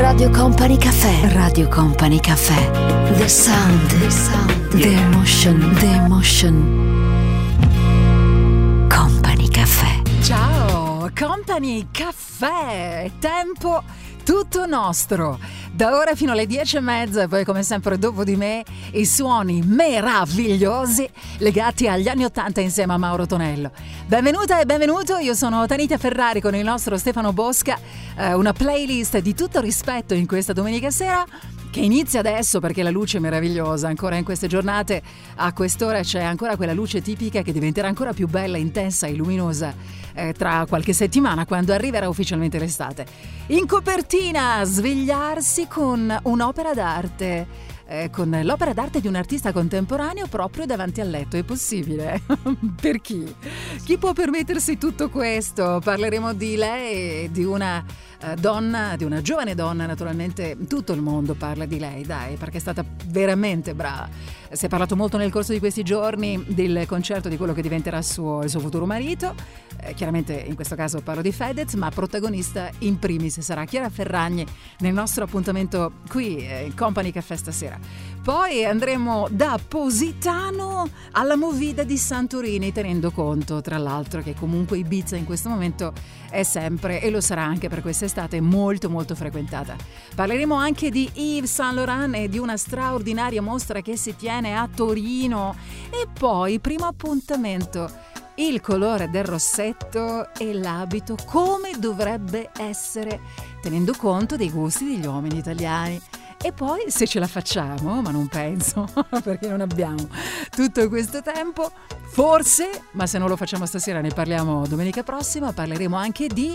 Radio Company Cafè. Radio Company Cafè. The sound. The emotion. Company Cafè. Ciao, Company Cafè. Tempo tutto nostro. Da ora fino alle 10:30 e poi come sempre dopo di me i suoni meravigliosi legati agli anni '80 insieme a Mauro Tonello. Benvenuta e benvenuto, io sono Tanita Ferrari con il nostro Stefano Bosca, una playlist di tutto rispetto in questa domenica sera che inizia adesso perché la luce è meravigliosa, ancora in queste giornate a quest'ora c'è ancora quella luce tipica che diventerà ancora più bella, intensa e luminosa tra qualche settimana quando arriverà ufficialmente l'estate. In copertina svegliarsi con un'opera d'arte, con l'opera d'arte di un artista contemporaneo proprio davanti al letto. È possibile? Per chi? Chi può permettersi tutto questo? Parleremo di lei, di una donna, di una giovane donna, naturalmente tutto il mondo parla di lei, dai, perché è stata veramente brava. Si è parlato molto nel corso di questi giorni del concerto di quello che diventerà il suo futuro marito, chiaramente in questo caso parlo di Fedez, ma protagonista in primis sarà Chiara Ferragni nel nostro appuntamento qui in Company Cafè stasera. Poi andremo da Positano alla Movida di Santorini, tenendo conto tra l'altro che comunque Ibiza in questo momento è sempre, e lo sarà anche per quest'estate, molto molto frequentata. Parleremo anche di Yves Saint Laurent e di una straordinaria mostra che si tiene a Torino. E poi primo appuntamento, il colore del rossetto e l'abito come dovrebbe essere, tenendo conto dei gusti degli uomini italiani. E poi, se ce la facciamo, ma non penso, perché non abbiamo tutto questo tempo, forse, ma se non lo facciamo stasera ne parliamo domenica prossima, parleremo anche di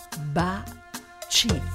baci.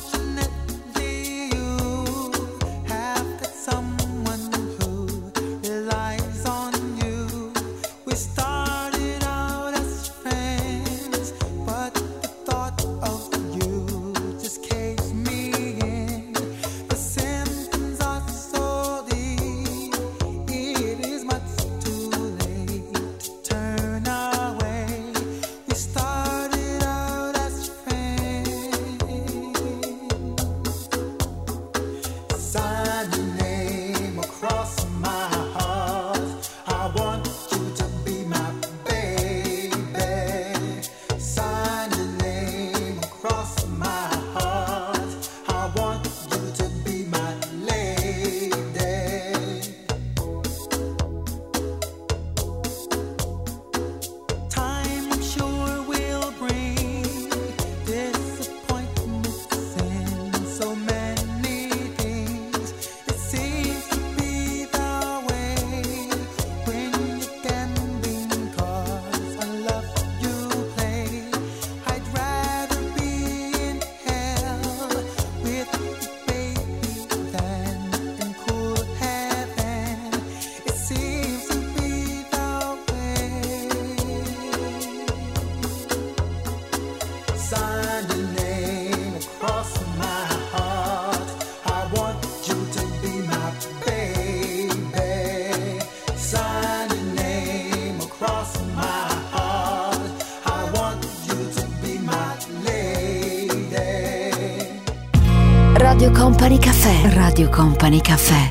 Radio Company Cafè. Radio Company Cafè.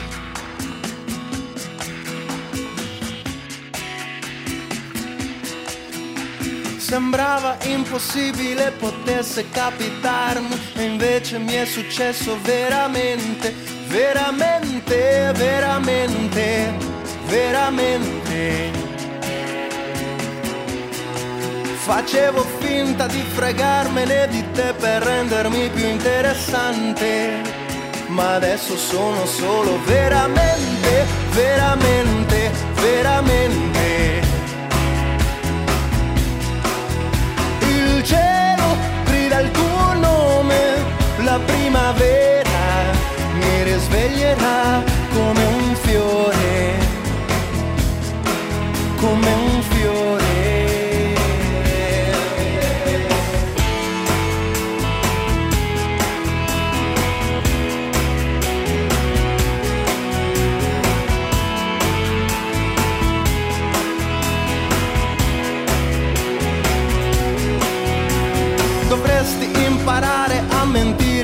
Sembrava impossibile potesse capitarmi e invece mi è successo veramente, veramente, veramente, veramente. Facevo finta di fregarmene di te per rendermi più interessante, ma adesso sono solo veramente, veramente, veramente. Il cielo grida il tuo nome, la primavera mi risveglierà come un fiore, come un fiore.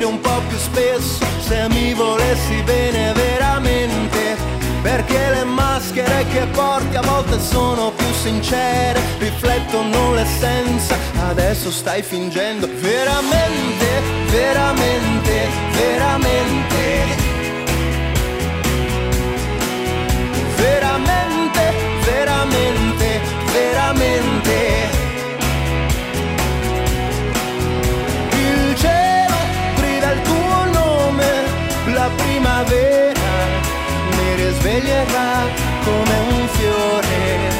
un po' più spesso, se mi volessi bene veramente, perché le maschere che porti a volte sono più sincere, riflettono l'essenza, adesso stai fingendo veramente, veramente, veramente, veramente, veramente, veramente. Il cielo grida il tuo nome, la primavera mi risveglierà come un fiore.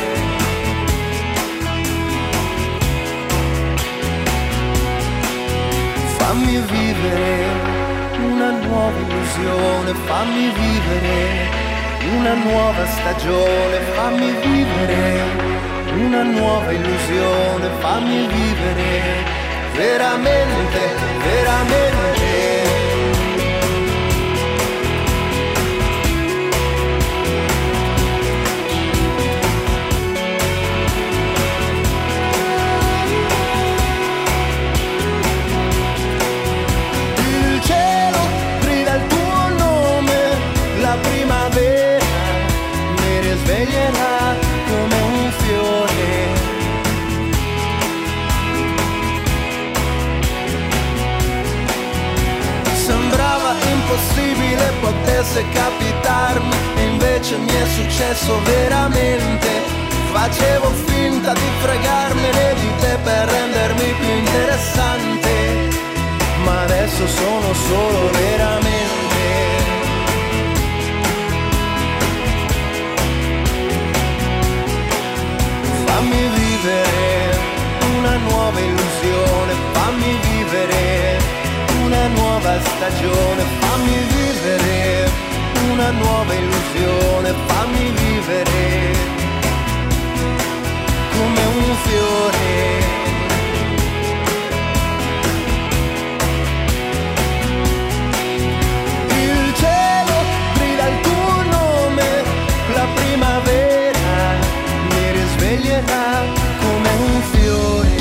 Fammi vivere una nuova illusione, fammi vivere una nuova stagione, fammi vivere una nuova illusione, fammi vivere veramente, veramente. Il cielo grida il tuo nome, la primavera mi risveglierà come un fiore. Sembrava impossibile potesse capitarmi e invece mi è successo veramente. Facevo finta di fregarmene di te per rendermi più interessante, ma adesso sono solo veramente. Fammi vivere una nuova illusione, fammi vivere una nuova stagione, fammi vivere una nuova illusione, fammi vivere come un fiore. Il cielo grida il tuo nome, la primavera mi risveglierà come un fiore.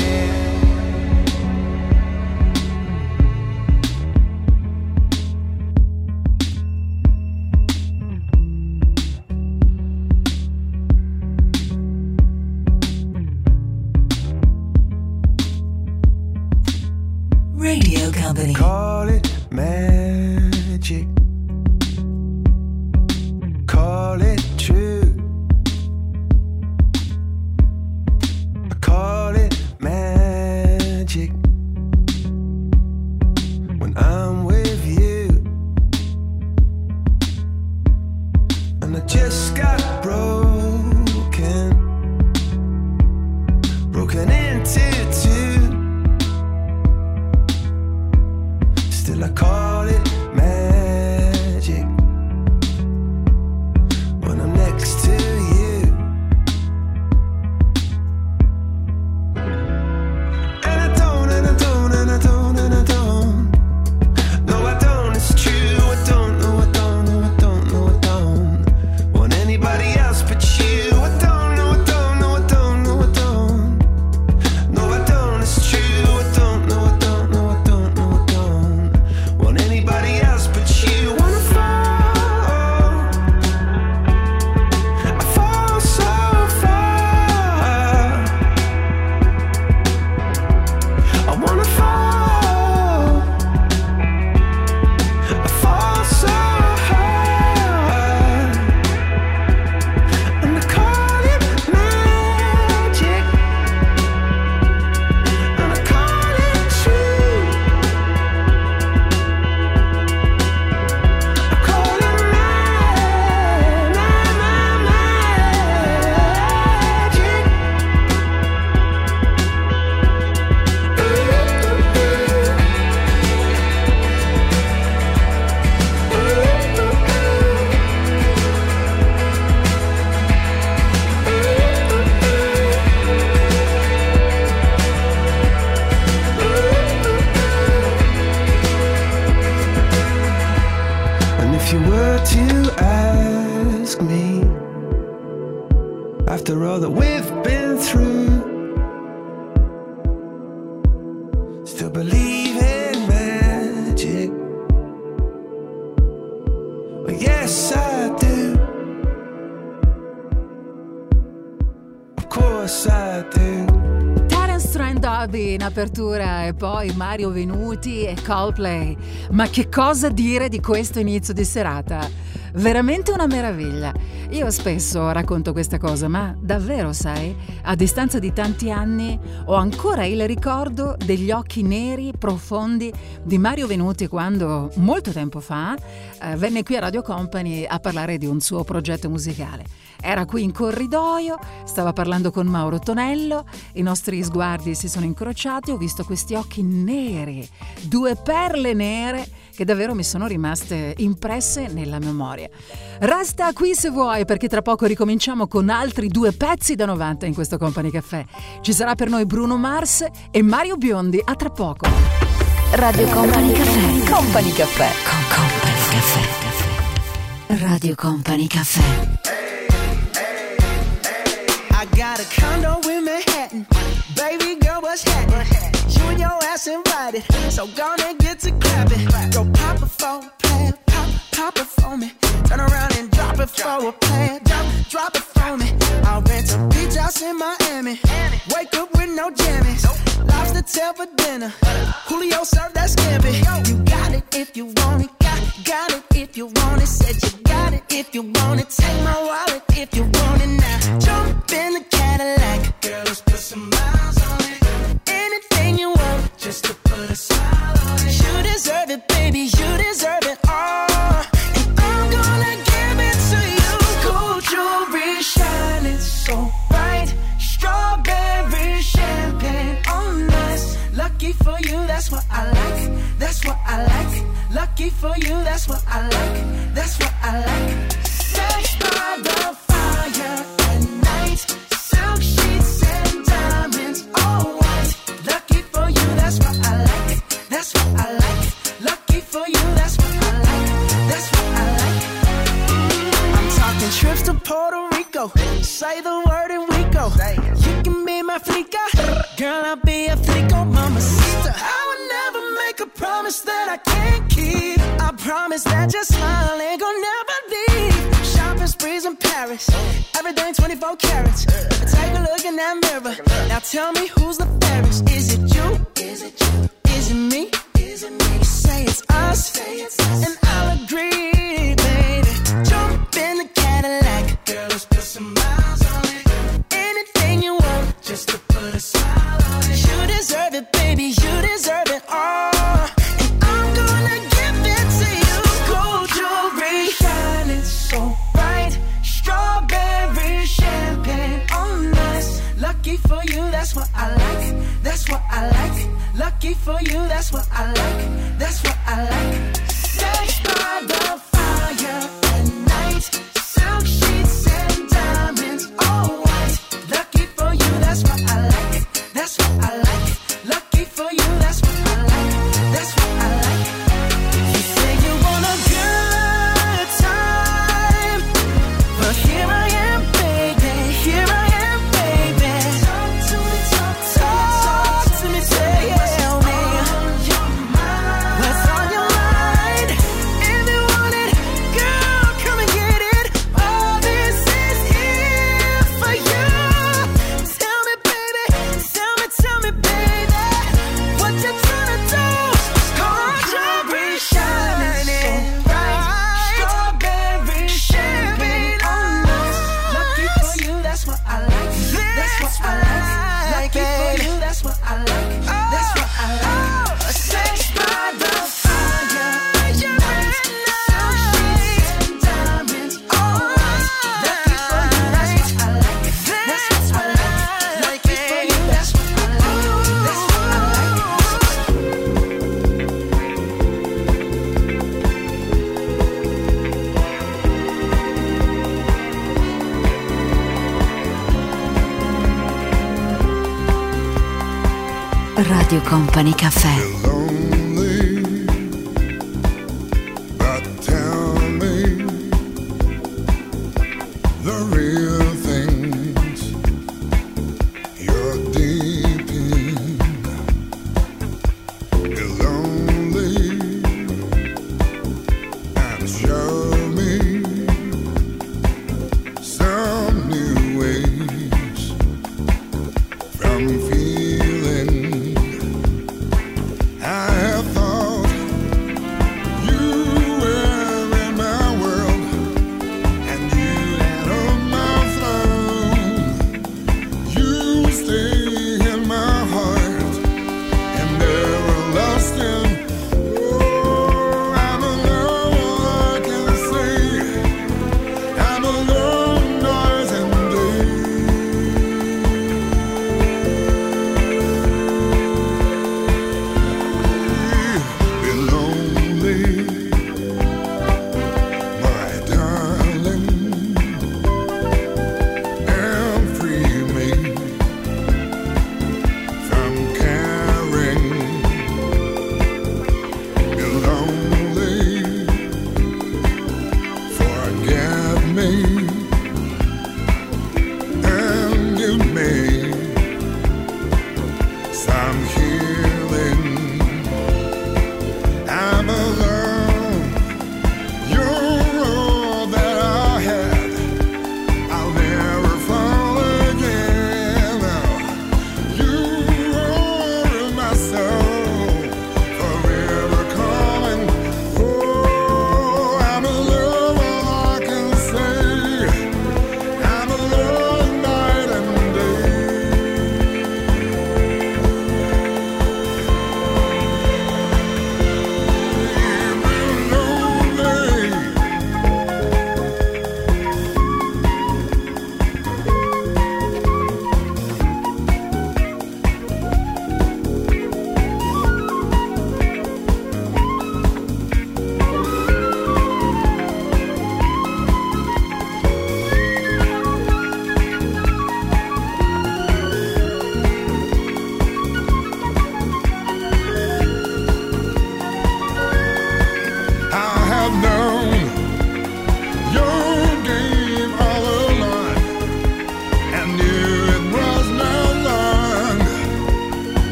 Radio Company. Call it magic, call it true, I call it magic when I'm with you, and I just got broken into two. Still I call it magic when I'm next to you. And I don't, and I don't, and I don't, and I don't. No, I don't, it's true. I don't, no, I don't, no, I don't, no, I don't want anybody else but you. I don't, no, I don't, no, I don't, no, I don't. No, I don't, it's true. I don't, no, I don't, no, I don't, no, I don't want anybody else but you. Wanna fall, I fall so far. I wanna fall, I fall so hard. And I call it magic, and I call it true. I call it magic. And if you were to ask me, after all that we've been through, still believe in magic. course I do. Of course I do. Trent D'Arby in apertura e poi Mario Venuti e Coldplay. Ma che cosa dire di questo inizio di serata? Veramente una meraviglia. Io spesso racconto questa cosa, ma davvero, sai, a distanza di tanti anni ho ancora il ricordo degli occhi neri profondi di Mario Venuti quando, molto tempo fa, venne qui a Radio Company a parlare di un suo progetto musicale. Era qui in corridoio, stava parlando con Mauro Tonello, i nostri sguardi si sono incrociati, ho visto questi occhi neri, due perle nere che davvero mi sono rimaste impresse nella memoria. Resta qui se vuoi, perché tra poco ricominciamo con altri due pezzi da 90 in questo Company Cafè. Ci sarà per noi Bruno Mars e Mario Biondi. A tra poco. Radio Company Cafè. Company Cafè. Con Company Cafè. Radio Company Cafè. I got a condo in Manhattan. Baby girl, what's happening? You and your ass invited, so gonna get to clapping. Go pop it for a plan, pop it for me. Turn around and drop it for a plan, drop it for me. I'll rent a beach house in Miami. Wake up with no jammies. Lobster tail for dinner. Julio served that scampi. You got it if you want it. Got it if you want it. Said you got it if you want it. Take my wallet if you want it now. Jump in the Cadillac. Girl, let's put some miles on it. Anything you want, just to put a smile on it. You deserve it, baby, you deserve it all. And I'm gonna give it to you. Gold jewelry shining so bright. Strawberry champagne on us. Lucky for you, that's what I like. That's what I like. Lucky for you, that's what I like. That's what I like. Sex by the fire at night. Silk sheets and diamonds, all white. Lucky for you, that's what I like. That's what I like. Lucky for you, that's what I like. That's what I like. I'm talking trips to Puerto Rico. Say the word and we go. You can be my flica. Girl, I'll be a flico, mamacita. I would never make a promise that I can't keep. I promise that your smile ain't gonna never leave. Shopping sprees in Paris, everything 24 carats. Take a look in that mirror. Now tell me who's the fairest. Is it you? Is it you? Is it me? Is it me? Say it's us, and I'll agree, baby. Jump in the Cadillac. Girl, let's put some miles on it. Anything you want, just to put a smile on it. You deserve it, baby, you deserve it all. And I'm gonna give it to you. Gold jewelry shining so bright. Strawberry champagne on us. Lucky for you, that's what I like. That's what I like. Lucky for you, that's what I like. That's what I like. Sex by the fire at night. Silk sheets and diamonds, all white. Lucky for you, that's what I like. That's what I like. Lucky for you, that's what I like. That's what I like. You say you want a good time, but here I am, baby. Here I am, baby. Talk to me, talk to me, tell me what's on your mind. If you want it, girl, come and get it. All this is here for you. Tell me, baby, tell me, baby, what you tryna do? Gold jewelry shining bright. Strawberry champagne on us. Lucky for you, that's what I like. That's what I like. Lucky for you, that's what I like. That's what I like. Sex by the fire at night. Silk sheets and diamonds, all white. Lucky for you, that's what I like. That's what I like. Lucky for you, that's what I like. That's what I like. Radio Company Cafè. Lonely, but tell me the real things you're deep in. You're lonely, and show me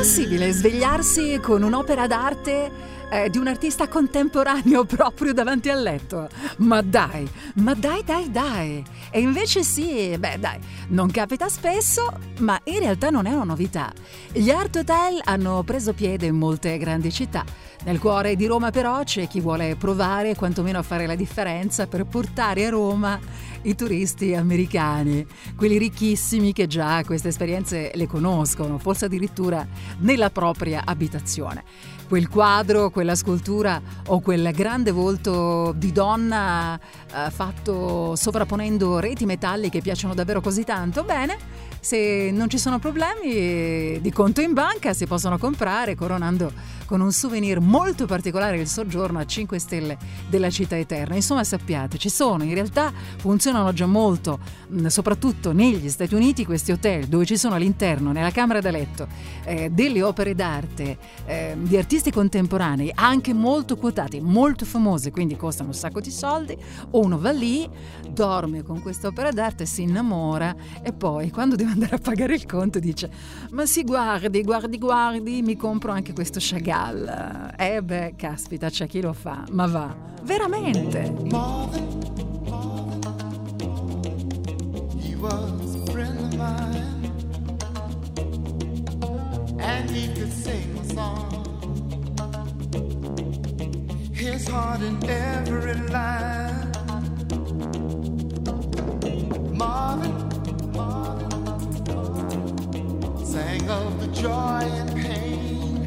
possibile svegliarsi con un'opera d'arte di un artista contemporaneo proprio davanti al letto? Ma dai. E invece sì, dai, non capita spesso, ma in realtà non è una novità. Gli Art Hotel hanno preso piede in molte grandi città. Nel cuore di Roma però c'è chi vuole provare quantomeno a fare la differenza per portare a Roma i turisti americani, quelli ricchissimi che già queste esperienze le conoscono, forse addirittura nella propria abitazione. Quel quadro, quella scultura o quel grande volto di donna fatto sovrapponendo reti metalliche che piacciono davvero così tanto, bene, se non ci sono problemi di conto in banca si possono comprare coronando con un souvenir molto particolare il soggiorno a 5 stelle della città eterna. Insomma, sappiate, ci sono, in realtà funzionano già molto, soprattutto negli Stati Uniti, questi hotel dove ci sono all'interno, nella camera da letto, delle opere d'arte di artisti contemporanei, anche molto quotati, molto famose, quindi costano un sacco di soldi. Uno va lì, dorme con questa opera d'arte, si innamora e poi quando deve andare a pagare il conto dice: ma sì, guardi, mi compro anche questo Chagall. Caspita, c'è chi lo fa, ma va, veramente. He was a friend of mine, and he could sing a song. His heart in every line. Marvin sang of the joy and pain.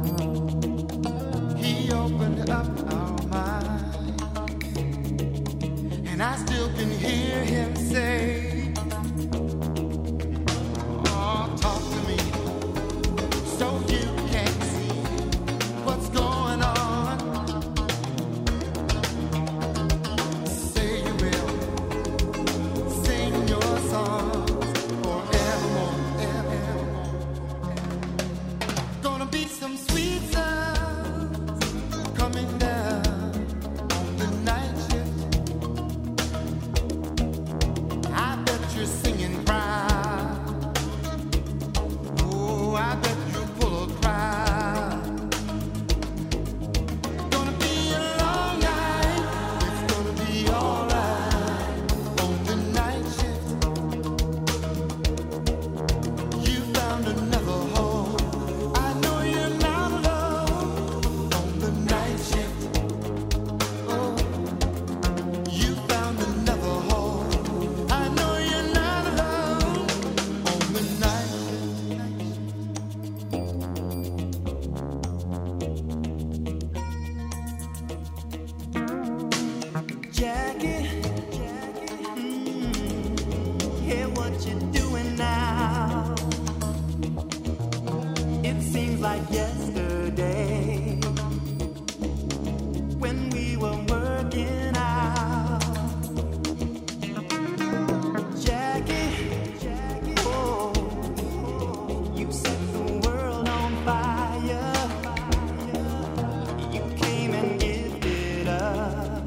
He opened up our mind, and I still can hear him say, oh, talk to me so you can see what's going on. Say you will sing your songs forevermore, evermore. Gonna be some sweet sounds coming down on the night shift. I bet you're singing proud. Oh, I bet you'll pull a crowd. Gonna be a long night. It's gonna be alright on the night shift. You found another home. I know you're not alone on the night shift. Oh, you found another home. I know you're not alone on the night shift. Jackie, hear what you're doing now. It seems like yesterday when we were working out. Jackie, oh, you set the world on fire. You came and gifted us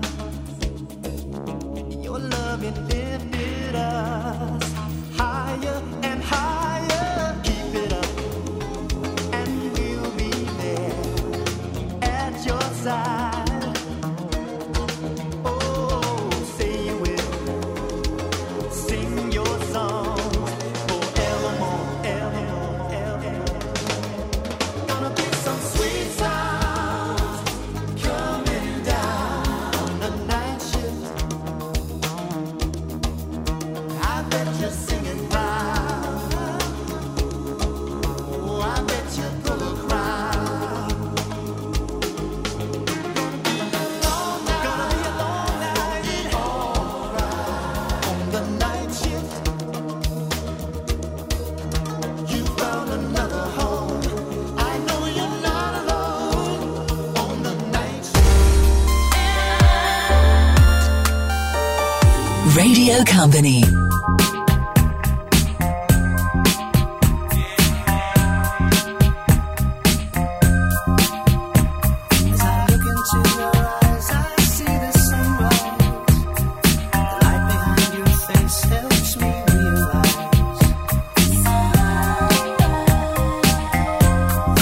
your love, it lifted us higher and higher. Keep it up, and we'll be there at your side. Oh, say you will sing your songs forevermore, evermore, evermore. Gonna be some sweet sounds coming down on the night shift. I bet you're singing proud. Oh, I bet you pull a crowd. Gonna be a long night, alright on the night shift. You found another home. I know you're not alone on the night shift. Radio Company. As I look into your eyes, I see the sunrise. The light behind your face helps me realize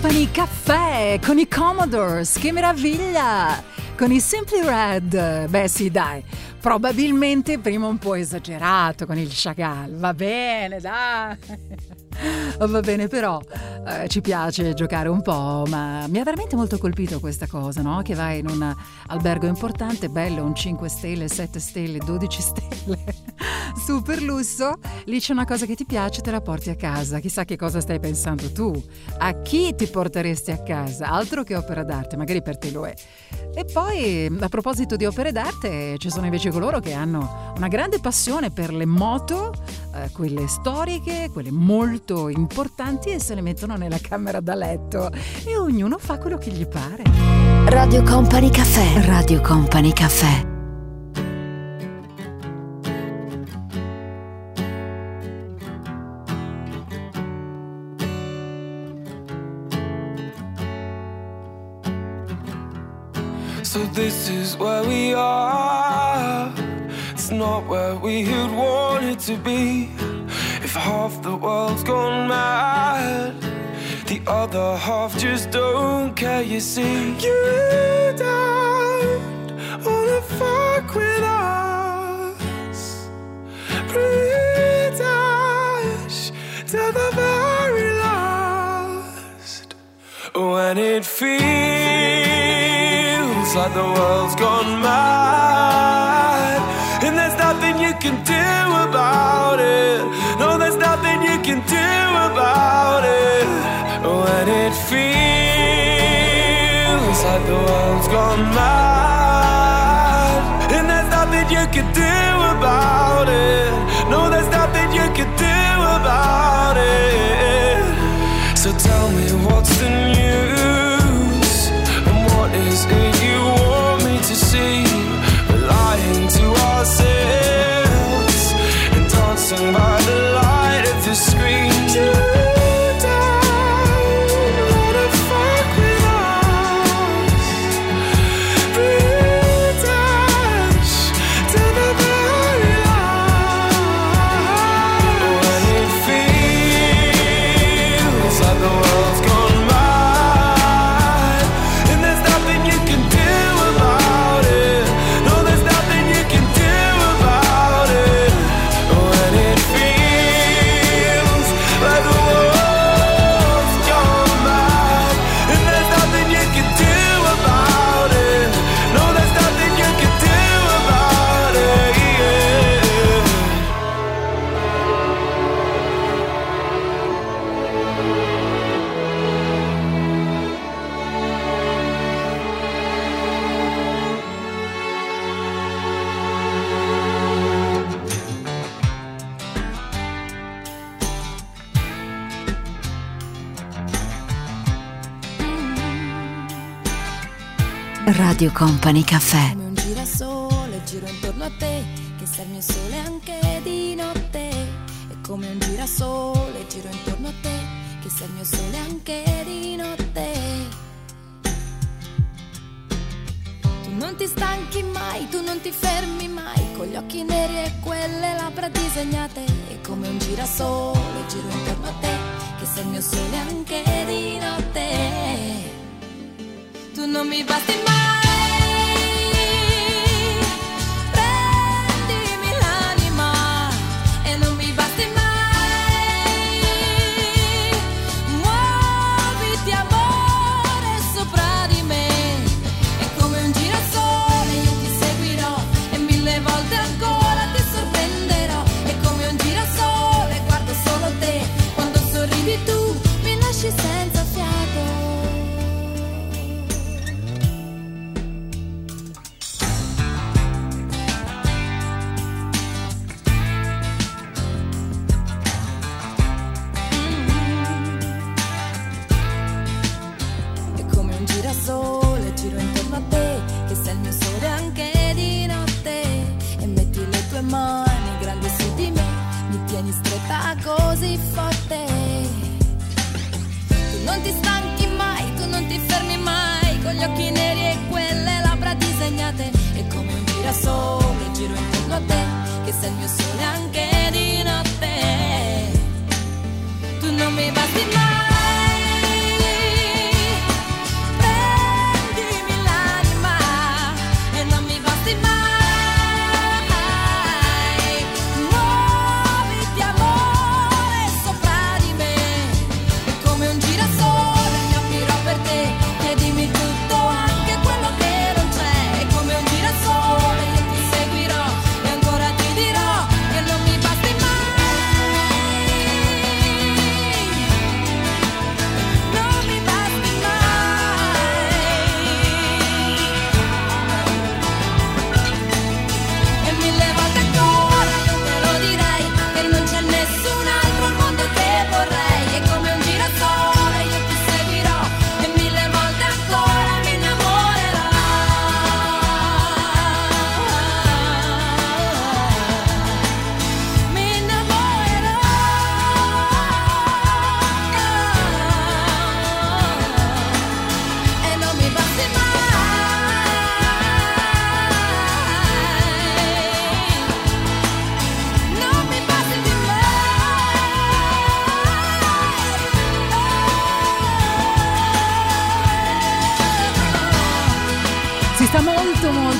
Company Caffè con i Commodores, che meraviglia! Con i Simply Red, beh sì dai, probabilmente prima un po' esagerato con il Chagall, va bene dai, va bene però ci piace giocare un po', ma mi ha veramente molto colpito questa cosa, no? Che vai in un albergo importante, bello, un 5 stelle, 7 stelle, 12 stelle, super lusso, lì c'è una cosa che ti piace, te la porti a casa, chissà che cosa stai pensando tu, a chi ti porteresti a casa, altro che opera d'arte, magari per te lo è. E poi, a proposito di opere d'arte, ci sono invece coloro che hanno una grande passione per le moto, quelle storiche, quelle molto importanti, e se le mettono nella camera da letto e ognuno fa quello che gli pare. Radio Company Caffè. Radio Company Caffè. So this is where we are. It's not where we had wanted to be. If half the world's gone mad, the other half just don't care, you see. You don't wanna fuck with us. Pretend to the very last. When it feels like the world's gone mad, and there's nothing you can do about it. No, there's nothing you can do about it. When it feels like the world's gone mad, and there's nothing you can do about it. No, there's nothing you can do about it. So tell me what's the news, and what is it you want me to see? We're lying to ourselves and dancing by the light of the screen. You don't wanna fuck with us. Pretend to the very last. When it feels like the world's gone mad, and there's nothing you can do about it. No, there's nothing you can do about it. When it feels like the world's gone mad, and there's nothing you can do about it. No, there's nothing you can do about it. Radio Company Caffè. Come un girasole giro intorno a te, che sei il mio sole anche di notte. E come un girasole giro intorno a te, che sei il mio sole anche di notte. Tu non ti stanchi mai, tu non ti fermi mai, con gli occhi neri e quelle labbra disegnate. E come un girasole giro intorno a te, che sei il mio sole anche di notte. Tu non mi basti mai, prendimi l'anima e non mi basti mai, muoviti amore sopra di me. E come un girasole io ti seguirò e 1000 volte ancora ti sorprenderò. E come un girasole guardo solo te, quando sorridi tu mi lasci senza fiato. Sole giro intorno a te, che sei il mio sole anche di notte. E metti le tue mani grandi su di me, mi tieni stretta così forte. Tu non ti stanchi mai, tu non ti fermi mai, con gli occhi neri e quelle labbra disegnate. E come un girasole giro intorno a te, che sei il mio sole anche di notte. Tu non mi basti mai,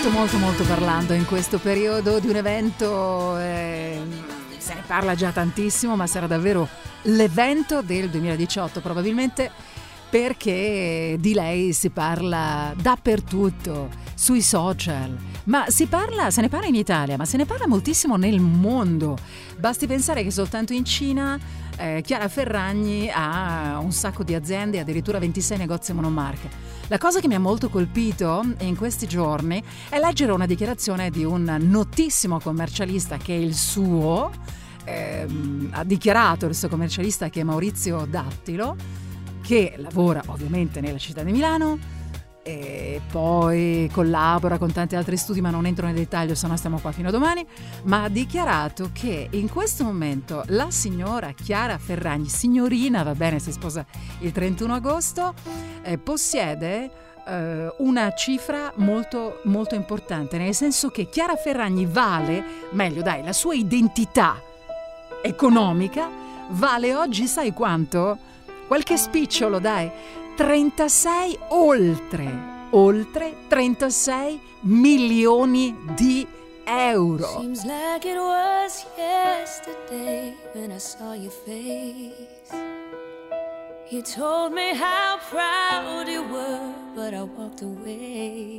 molto parlando in questo periodo di un evento, se ne parla già tantissimo, ma sarà davvero l'evento del 2018 probabilmente, perché di lei si parla dappertutto, sui social, ma se ne parla in Italia, ma se ne parla moltissimo nel mondo. Basti pensare che soltanto in Cina Chiara Ferragni ha un sacco di aziende, addirittura 26 negozi monomarche. La cosa che mi ha molto colpito in questi giorni è leggere una dichiarazione di un notissimo commercialista che è il suo, ha dichiarato il suo commercialista, che è Maurizio Dattilo, che lavora ovviamente nella città di Milano e poi collabora con tanti altri studi, ma non entro nel dettaglio, se no stiamo qua fino a domani. Ma ha dichiarato che in questo momento la signora Chiara Ferragni, signorina, va bene, si sposa il 31 agosto, possiede una cifra molto molto importante, nel senso che Chiara Ferragni vale, meglio dai, la sua identità economica vale oggi, sai quanto? Qualche spicciolo, dai, 36 oltre 36 milioni di euro. Seems like it was yesterday when I saw your face. You told me how proud you were, but I walked away.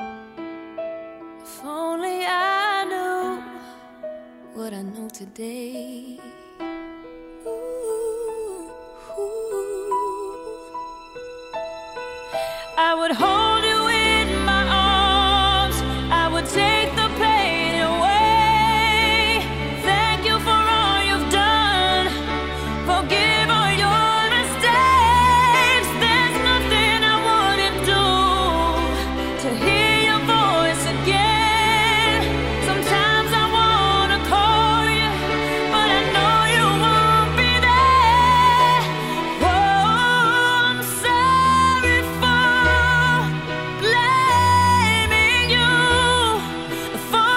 If only I knew what I know today. I would hold you in my arms, I would take the pain away. Thank you for all you've done, forgive all your mistakes. There's nothing I wouldn't do to hear your voice again. Sometimes I wanna call you, but I know you won't be there. Oh, I'm sorry for blaming you for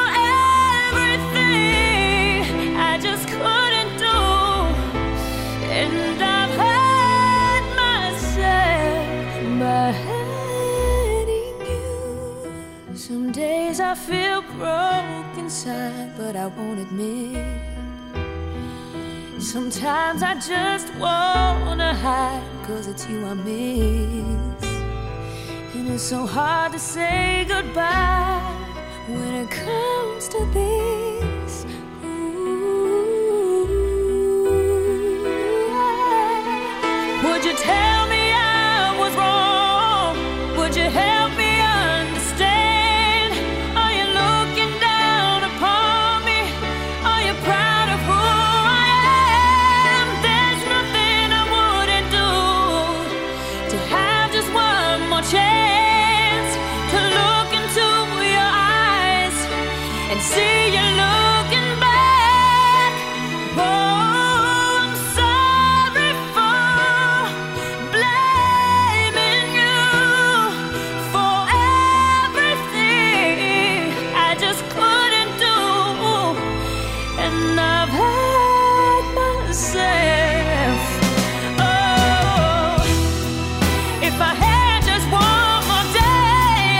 everything I just couldn't do. And I've hurt myself by hurting you. Some days I feel broke inside, but I won't admit. Sometimes I just wanna hide, 'cause it's you I miss. And it's so hard to say goodbye when it comes to this. Ooh. Would you tell me I was wrong? Would you help me understand? Are you looking down upon me? Are you proud of who I am? There's nothing I wouldn't do to have just one more chance to look into your eyes and see you looking back. Oh, I'm sorry for blaming you for everything I just couldn't do. And I've hurt myself. Oh, if I had just one more day,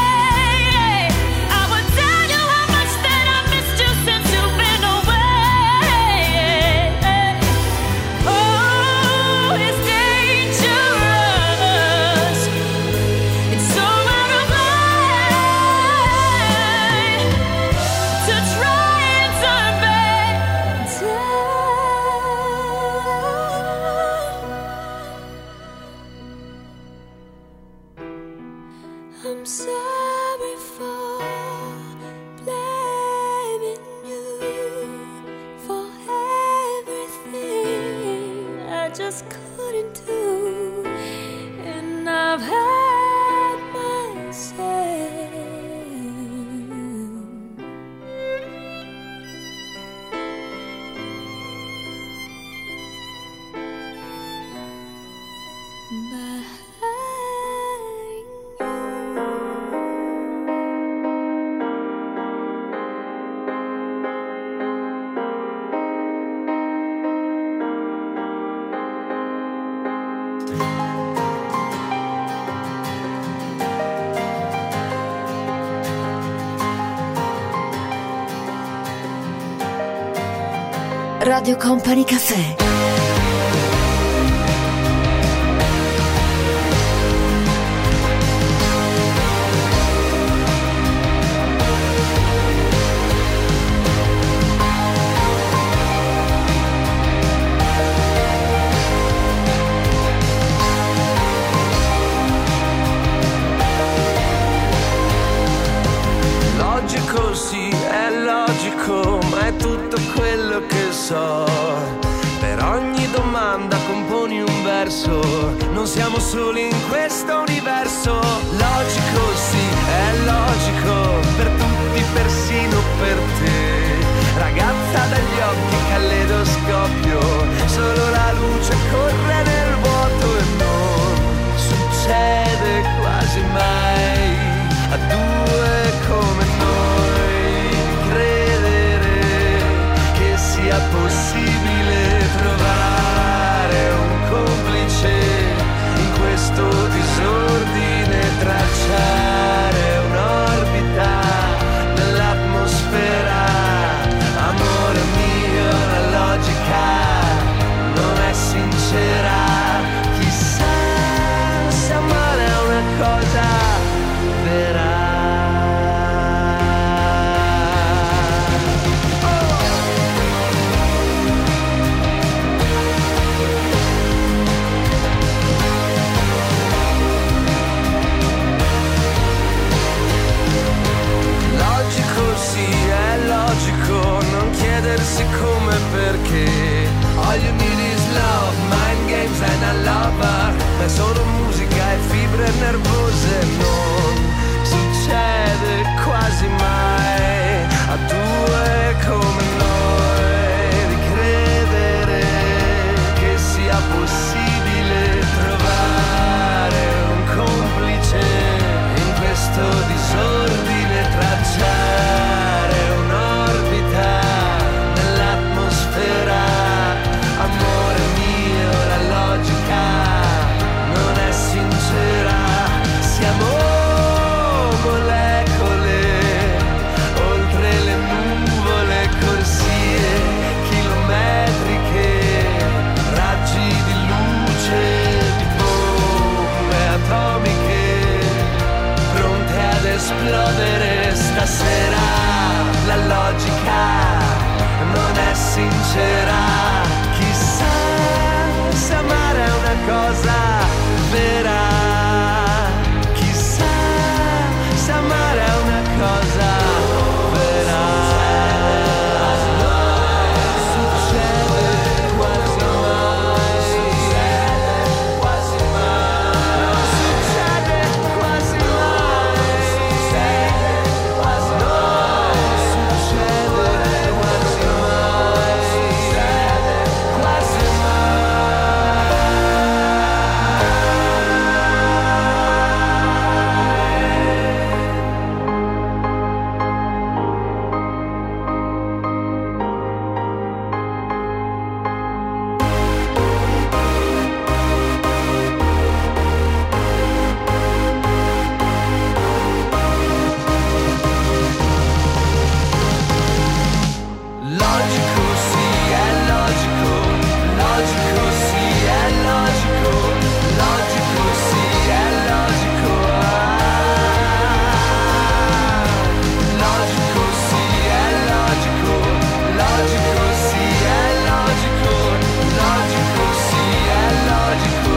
I would tell you how much that I missed you since you've been away. Oh, it's dangerous. It's so out of line to try and turn back time. I'm sorry for blaming you for everything I just couldn't do. And I've had myself. By Radio Company Cafè. Logico, sì, è logico, ma è tutto quello che so. Per ogni domanda componi un verso, non siamo soli in questo universo. Logico, sì, è logico, per tutti, persino per te. Ragazza dagli occhi, calledoscopio, solo la luce corre nel vuoto e non succede quasi mai a due come noi credere che sia possibile trovare un complice in questo disordine, tracciare un'orbita nell'atmosfera. Amore mio, la logica non è sincera, chissà se amare è una cosa vera. Logico, sì, è logico, non chiedersi come e perché. All you need is love, mind games and a lover. È solo musica e fibre nervose, non succede quasi mai a due come noi di credere che sia possibile trovare un complice in questo disordine, tracciare un'orbita nell'atmosfera. Amore mio, la logica non è sincera, siamo molecole oltre le nuvole, corsie chilometriche, raggi di luce, di bombe atomiche pronte ad esplodere stasera. La logica non è sincera, chissà se amare è una cosa vera, chissà se amare è una cosa vera. Succede quasi mai, succede quasi mai, non succede quasi mai, succede quasi mai, succede quasi mai, succede quasi logico, sì, è logico, logico, sì, è logico, logico, sì, è logico, logico, sì, è logico, logico, sì, è logico, logico, sì, è logico.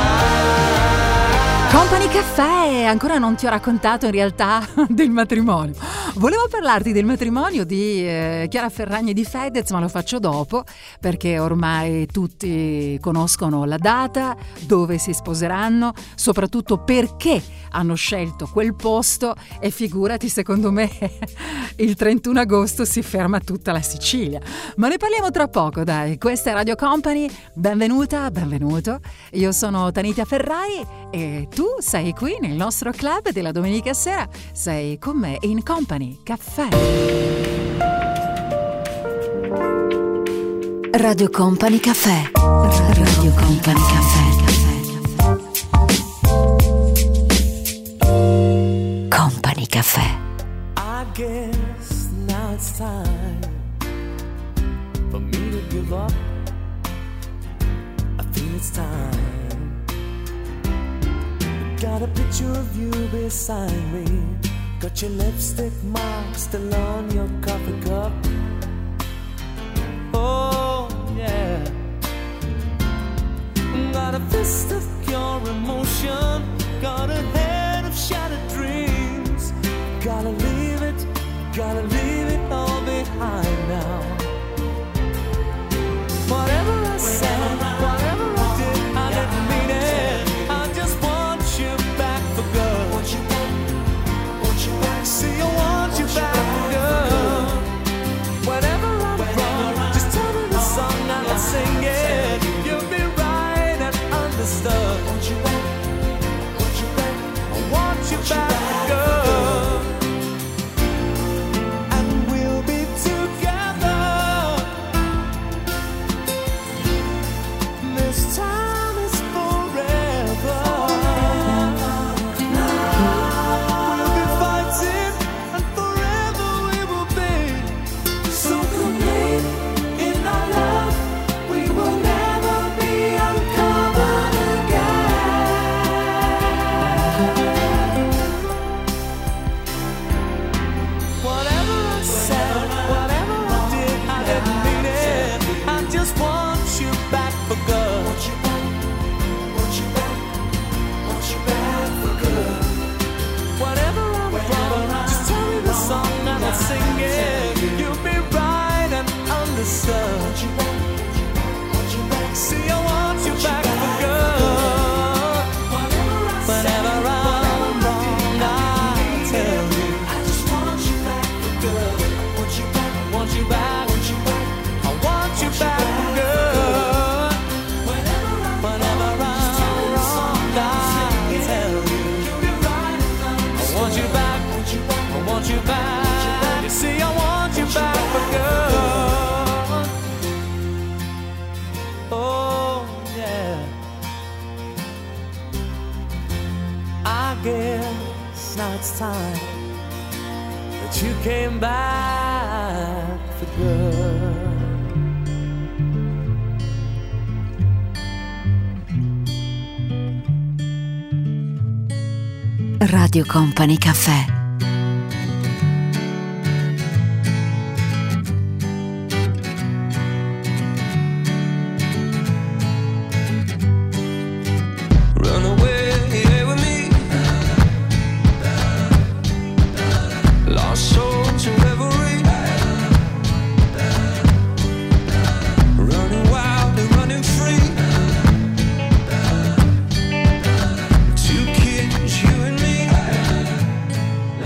Company Cafè, ancora non ti ho raccontato in realtà del matrimonio. Volevo parlarti del matrimonio di Chiara Ferragni e di Fedez, ma lo faccio dopo perché ormai tutti conoscono la data, dove si sposeranno, soprattutto perché hanno scelto quel posto e figurati, secondo me il 31 agosto si ferma tutta la Sicilia. Ma ne parliamo tra poco, dai. Questa è Radio Company, benvenuta, benvenuto. Io sono Tanitia Ferrari e tu sei qui nel nostro club della domenica sera, sei con me in Company Cafè. Radio Company Cafè. Radio Company Cafè. Company Cafè. I guess now it's time for me to go. give up. I feel it's time. Got a picture of you beside me. Got your lipstick mark still on your coffee cup. Oh yeah. Got a fist of pure emotion. Got a head of shattered dreams. Gotta leave it all behind now. Whatever I said, whatever I did, I didn't mean it. I just want you back for good. Want you back, see, I want you back for good. Whenever I'm wrong, just tell me the song and I'll sing it. You'll be right and understood. Want you back, I want you back for good. And we'll be together. This time is forever. We'll be fighting, and forever we will be so complete in our love. We will never be uncovered again. Whatever I said, whatever I did, I didn't mean it. I just want you back for good. Want you back for good. Whatever I'm wrong, just tell me the song and I'll sing it. You'll be right and understood. Want you back. See, I want you back for good. Whenever I'm wrong, I'll tell you. I just want you back for good. Want you back. I want you back for good. Whenever I'm wrong, I'll tell you. I want you back. I want you back. You see, I want you back for good. Oh yeah. I guess now it's time that you came back for good. Radio Company Caffè. Run away with me. Lost soul to reverie. Running wild and running free. Two kids, you and me.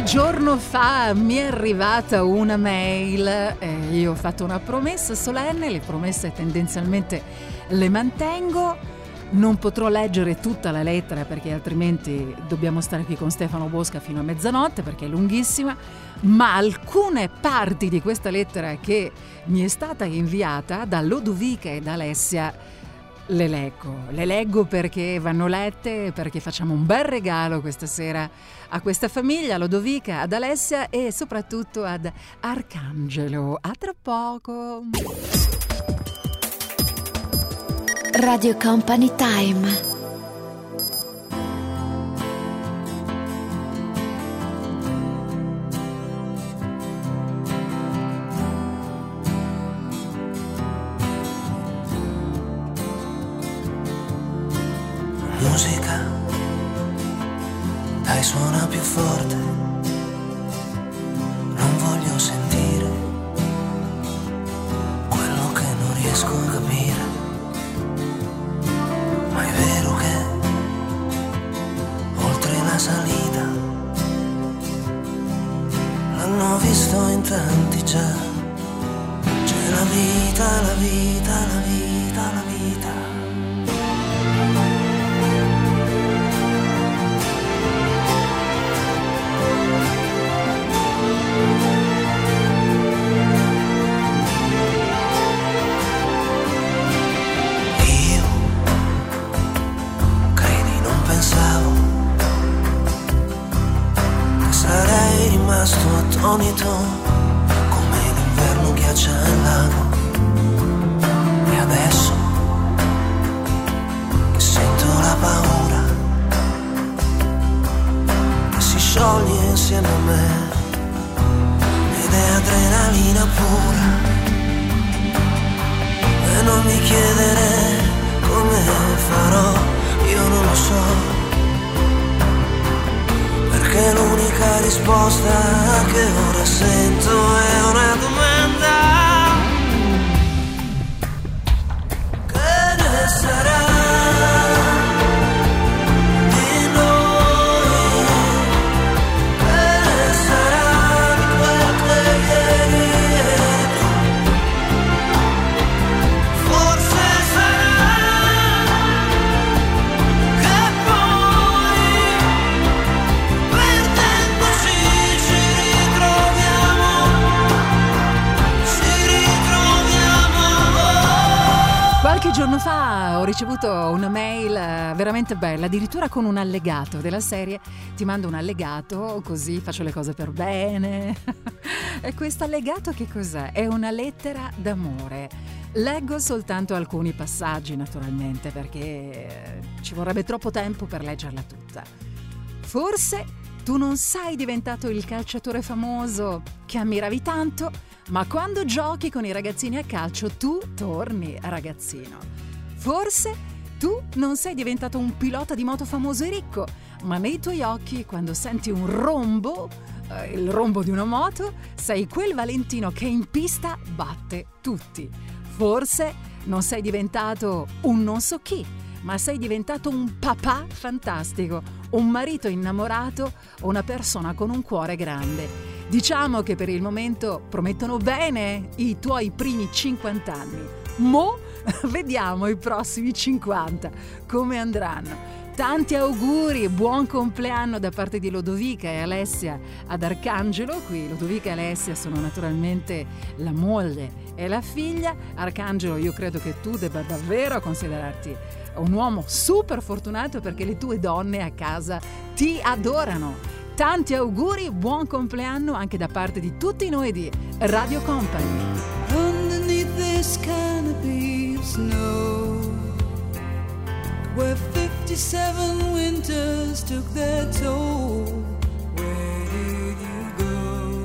Qualche giorno fa mi è arrivata una mail e io ho fatto una promessa solenne, le promesse tendenzialmente le mantengo. Non potrò leggere tutta la lettera perché altrimenti dobbiamo stare qui con Stefano Bosca fino a mezzanotte perché è lunghissima, ma alcune parti di questa lettera che mi è stata inviata da Lodovica e da Alessia le leggo perché vanno lette, perché facciamo un bel regalo questa sera a questa famiglia, a Lodovica, ad Alessia e soprattutto ad Arcangelo. A tra poco. Radio Company Time. Musica, dai, suona più forte, non voglio sentire quello che non riesco a capire, ma è vero che oltre la salita l'hanno visto in tanti già, c'è la vita, la vita, la vita, la vita. Sarei rimasto attonito come l'inverno ghiaccia il lago. E adesso che sento la paura che si scioglie insieme a me ed è adrenalina pura. E non mi chiedere come farò, io non lo so, perché l'unica risposta che ora sento è una domanda: che ne sarà di noi? Che ne sarà di quel che ieri ero? Forse sarà che poi perdendoci ci ritroviamo. Qualche giorno fa ho ricevuto una mail veramente bella, addirittura con un allegato della serie ti mando un allegato così faccio le cose per bene. E questo allegato che cos'è? È una lettera d'amore. Leggo soltanto alcuni passaggi naturalmente perché ci vorrebbe troppo tempo per leggerla tutta. Forse tu non sei diventato il calciatore famoso che ammiravi tanto, ma quando giochi con i ragazzini a calcio tu torni ragazzino. Forse tu non sei diventato un pilota di moto famoso e ricco, ma nei tuoi occhi quando senti un rombo, il rombo di una moto, sei quel Valentino che in pista batte tutti. Forse non sei diventato un non so chi, ma sei diventato un papà fantastico, un marito innamorato o una persona con un cuore grande. Diciamo che per il momento promettono bene i tuoi primi 50 anni. Mo vediamo i prossimi 50 come andranno. Tanti auguri, buon compleanno da parte di Lodovica e Alessia ad Arcangelo. Qui Lodovica e Alessia sono naturalmente la moglie e la figlia. Arcangelo, io credo che tu debba davvero considerarti un uomo super fortunato perché le tue donne a casa ti adorano. Tanti auguri, buon compleanno anche da parte di tutti noi di Radio Company. Underneath this canopy of snow, where 57 winters took their toll, where did you go?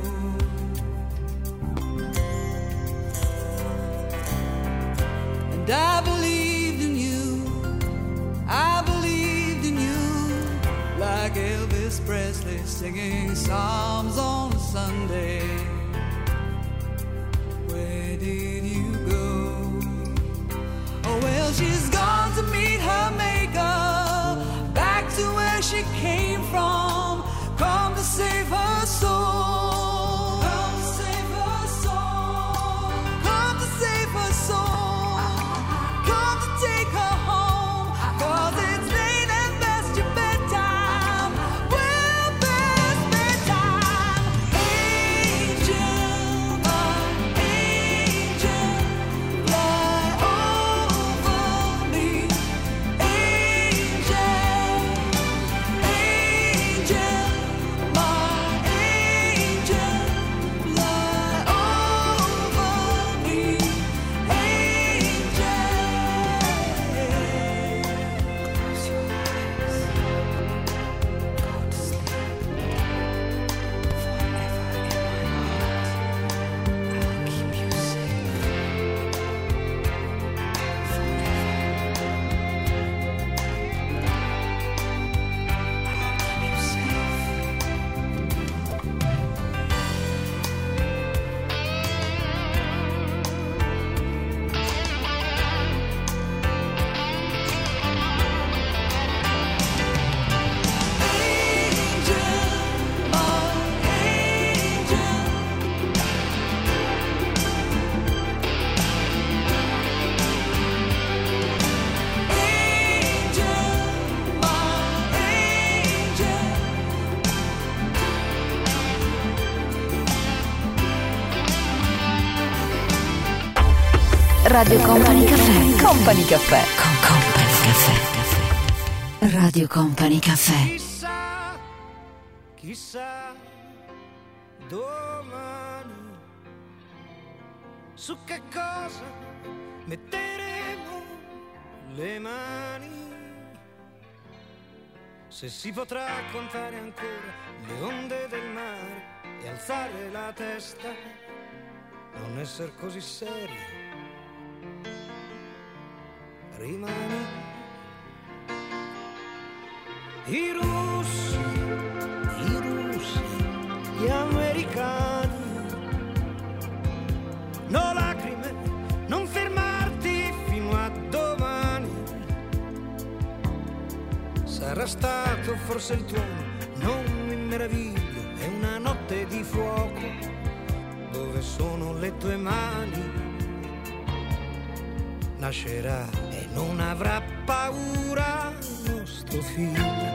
And I believed in you, I believed in you, like Elvis Presley singing psalms on a Sunday. Where did you go? Oh well, she's gone to meet her maker, back to where she came from, come to save her Radio Company Cafè. Company Cafè. Con Company Cafè. Radio Company Cafè. Chissà, chissà, domani su che cosa metteremo le mani. Se si potrà contare ancora le onde del mare e alzare la testa, non essere così seri, rimani. I russi, gli americani, no lacrime, non fermarti fino a domani. Sarà stato forse il tuono, non mi meraviglio, è una notte di fuoco. Dove sono le tue mani? Nascerà e non avrà paura il nostro figlio.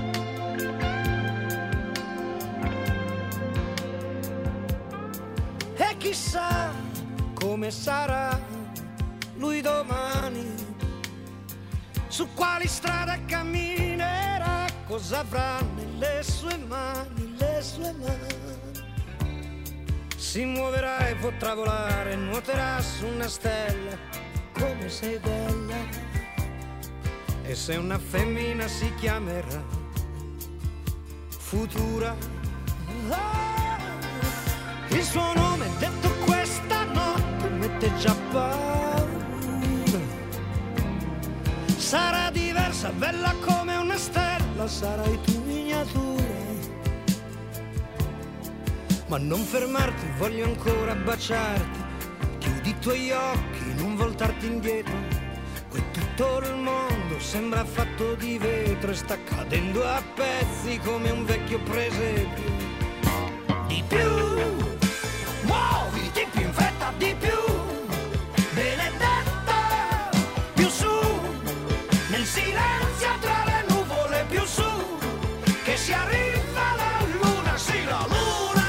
E chissà come sarà lui domani, su quali strade camminerà, cosa avrà nelle sue mani, le sue mani. Si muoverà e potrà volare, nuoterà su una stella, come sei bella. E se una femmina si chiamerà Futura, il suo nome detto questa notte mette già paura. Sarà diversa, bella come una stella, sarai tu miniatura. Ma non fermarti, voglio ancora baciarti. Chiudi i tuoi occhi, non voltarti indietro. Qui tutto il mondo sembra fatto di vetro e sta cadendo a pezzi come un vecchio presepio. Di più, muovi, di più in fretta, di più, benedetta, più su, nel silenzio tra le nuvole, più su, che si arriva la luna, sì la luna.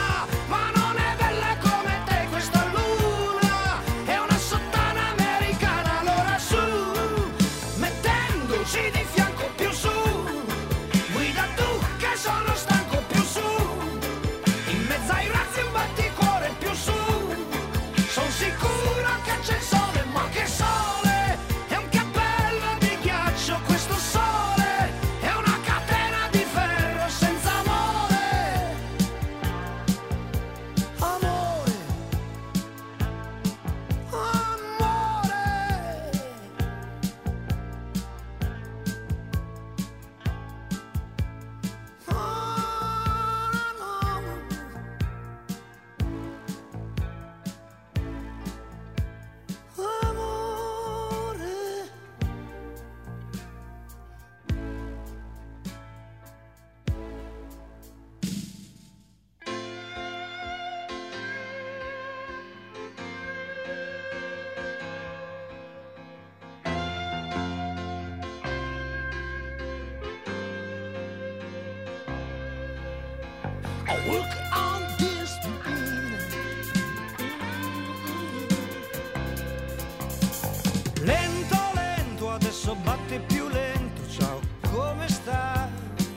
Lento, lento, adesso batte più lento. Ciao, come stai?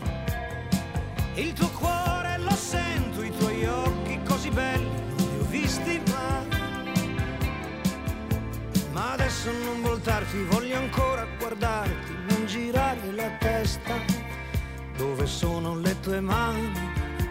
Il tuo cuore lo sento, i tuoi occhi così belli non li ho visti mai. Ma adesso non voltarti, voglio ancora guardarti, non girare la testa. Dove sono le tue mani?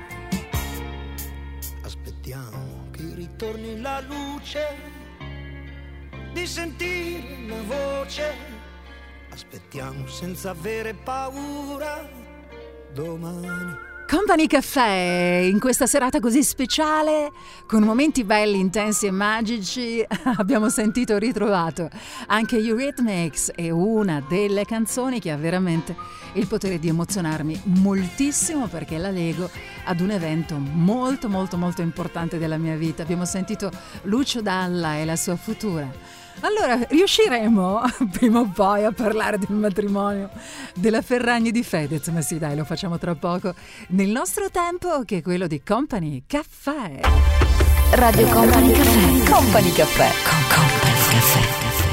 Aspettiamo che ritorni la luce, di sentire una voce, aspettiamo senza avere paura domani. Company Cafè, in questa serata così speciale, con momenti belli, intensi e magici, abbiamo sentito e ritrovato anche Eurythmics, è una delle canzoni che ha veramente il potere di emozionarmi moltissimo, perché la lego ad un evento molto molto molto importante della mia vita. Abbiamo sentito Lucio Dalla e la sua Futura. Allora, riusciremo prima o poi a parlare del matrimonio della Ferragni di Fedez? Ma sì, dai, lo facciamo tra poco, nel nostro tempo, che è quello di Company Cafè. Radio Company Cafè. Company Cafè. Con Company Cafè.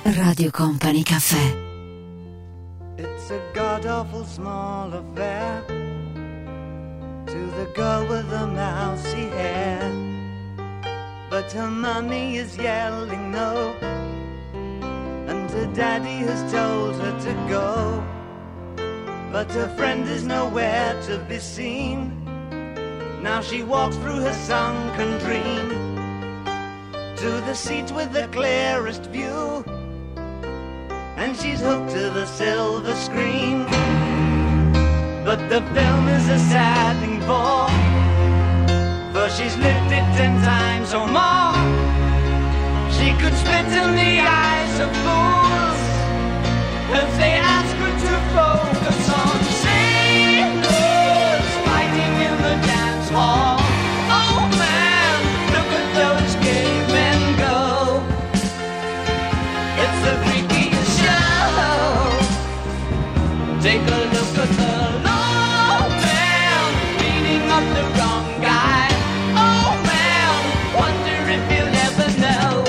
Radio Company Caffè. It's a god-awful small affair to the girl with the mousy hair, but her mommy is yelling no, and her daddy has told her to go, but her friend is nowhere to be seen. Now she walks through her sunken dream to the seat with the clearest view, and she's hooked to the silver screen. But the film is a sad thing for she's lived it 10 times or more. She could spit in the eyes of fools if they ask her to focus on sailors fighting in the dance hall. Oh man, look at those cavemen go. It's the freakiest show. Take a look at the low man beating up the wrong guy. Oh man, wonder if you'll ever know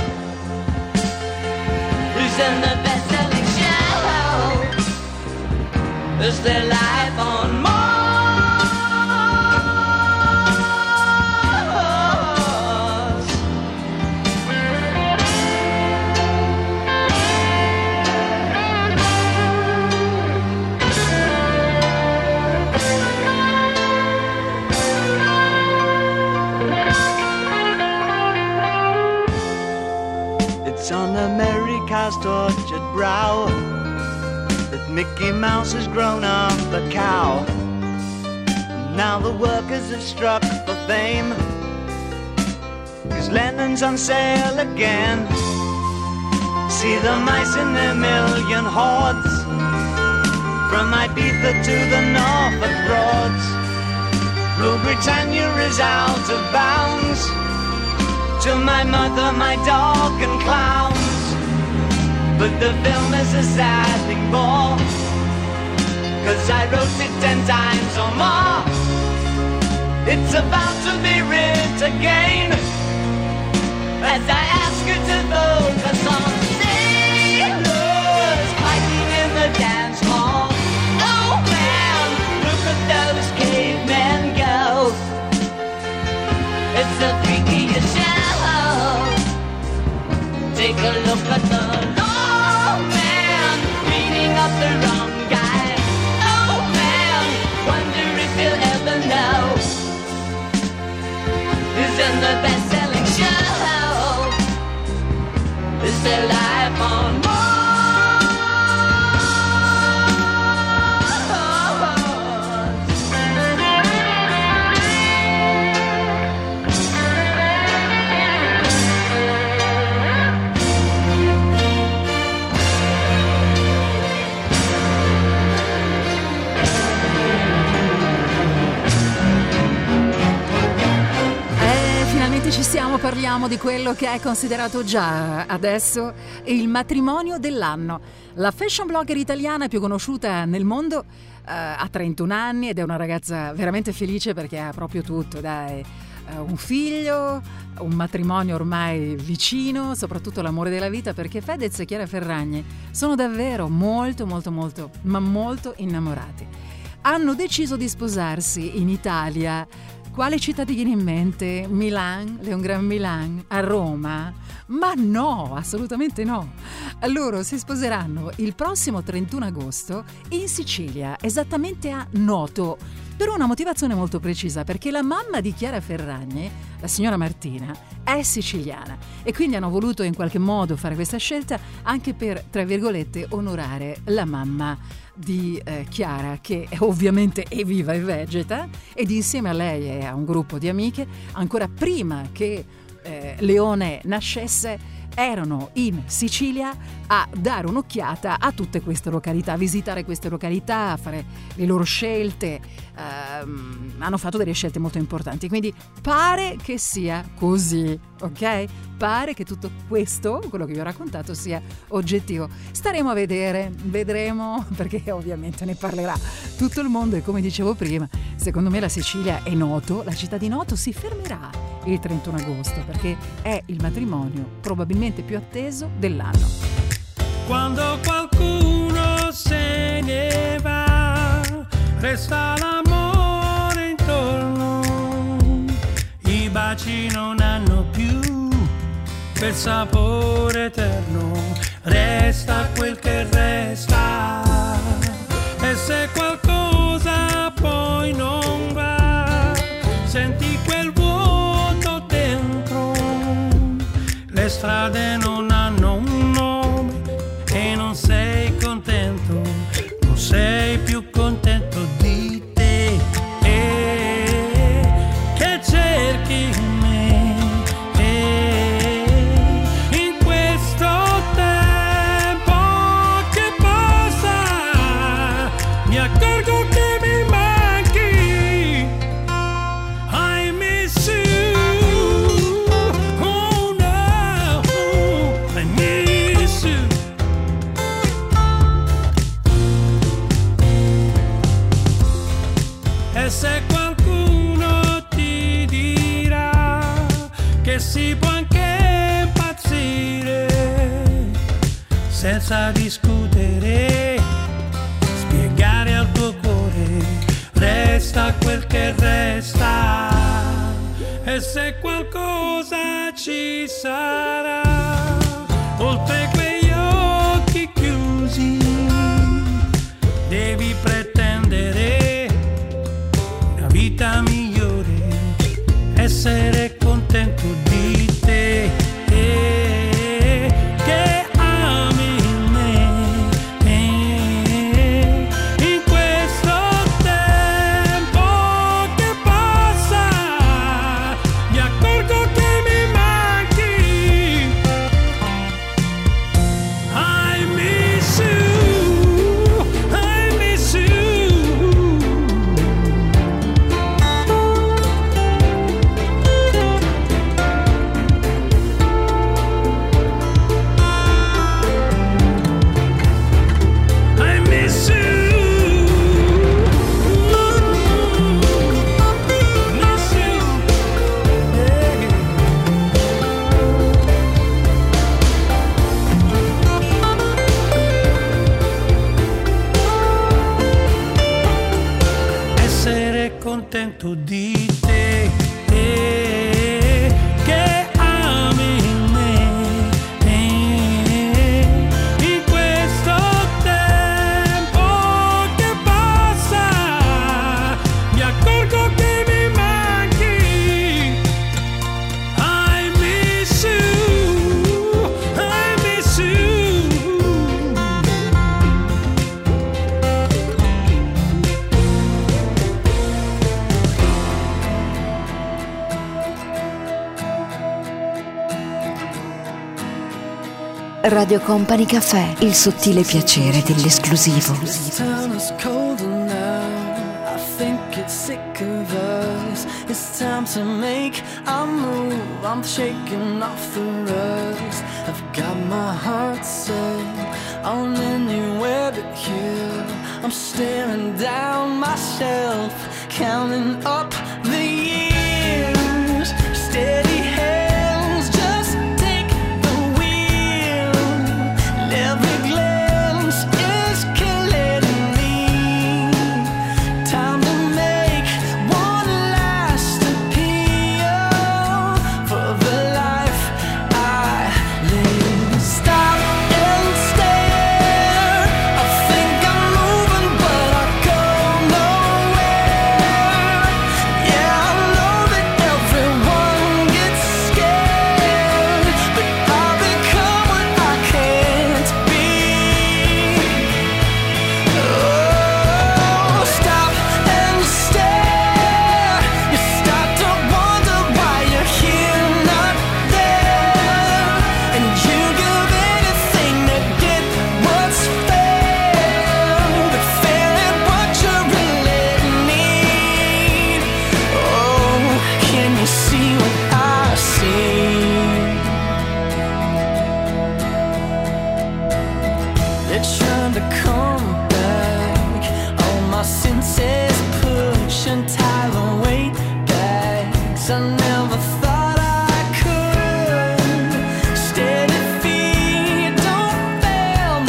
who's in the best-selling show. Is their life on Mars? It's on America's tortured brow that Mickey Mouse has grown up a cow. And now the workers have struck for fame, 'cause Lennon's on sale again. See the mice in their million hordes, from Ibiza to the Norfolk Broads. Rule Britannia is out of bounds, to my mother, my dog and clowns. But the film is a sad thing more, 'cause I wrote it 10 times or more. It's about to be writ again, as I ask you to focus on sailors fighting in the dance hall. Oh man, look at those cavemen go. It's the freakiest show. Take a look at the low man beating up the wrong guy. Oh man, wonder if you'll ever know who's in the best-selling show. Is their life on Mars? Ci siamo, parliamo di quello che è considerato già adesso il matrimonio dell'anno. La fashion blogger italiana più conosciuta nel mondo ha 31 anni ed è una ragazza veramente felice perché ha proprio tutto, dai. Un figlio, un matrimonio ormai vicino, soprattutto l'amore della vita, perché Fedez e Chiara Ferragni sono davvero molto innamorati. Hanno deciso di sposarsi in Italia. Quale città ti viene in mente? Milan? Leon Gran Milan? A Roma? Ma no, assolutamente no. Loro si sposeranno il prossimo 31 agosto in Sicilia, esattamente a Noto, per una motivazione molto precisa, perché la mamma di Chiara Ferragni, la signora Martina, è siciliana e quindi hanno voluto in qualche modo fare questa scelta anche per, tra virgolette, onorare la mamma di Chiara, che ovviamente è viva e vegeta, ed insieme a lei e a un gruppo di amiche, ancora prima che Leone nascesse, erano in Sicilia a dare un'occhiata a tutte queste località, a visitare queste località, a fare le loro scelte. Hanno fatto delle scelte molto importanti, quindi pare che sia così, ok? Pare che tutto questo, quello che vi ho raccontato, sia oggettivo. Staremo a vedere, vedremo, perché ovviamente ne parlerà tutto il mondo e, come dicevo prima, secondo me la Sicilia è Noto, la città di Noto si fermerà il 31 agosto perché è il matrimonio probabilmente più atteso dell'anno. Quando qualcuno se ne va, resta l'amore intorno. I baci non hanno più quel sapore eterno, resta quel che resta. E se qualcosa poi non va, senti quel vuoto dentro. Le strade non hanno un nome e non sei contento, non sei più contento di te, che cerchi me. In questo tempo che passa mi accorgo che mi manchi. I miss you, oh no, I miss you. E se qualcuno ti dirà che si può anche impazzire senza discutere, spiegare al tuo cuore, resta quel che resta. E se qualcosa ci sarà, oltre quegli occhi chiusi, devi pretendere una vita migliore, essere contento di te, che ami me. In questo tempo che passa mi accorgo che mi manchi. I miss you, I miss you. I miss you. Miss you. Essere contento di te, che ami me. In questo tempo che passa mi accorgo che mi manchi. I miss you, I miss you. Radio Company Cafè, il sottile piacere dell'esclusivo. This town is colder now. I think it's sick of us. It's time to make a move. I'm shaking off the rust. I've got my heart set on anywhere but here. I'm staring down myself, counting up the years. Steady hands, just take the wheel. Every glance is killing me. Time to make one last appeal for the life I live. Stop and stare. I think I'm moving, but I go nowhere. Yeah, I know that everyone gets scared, but I'll become what I can't be. Oh, stop and stare. You start to wonder why you're here, not there, and you give anything to get what's fair, but fair ain't what you really need. Oh, can you see what I see? They're trying to come back. All my senses push and tie the weight bags. I never thought I could. Steady feet, don't fail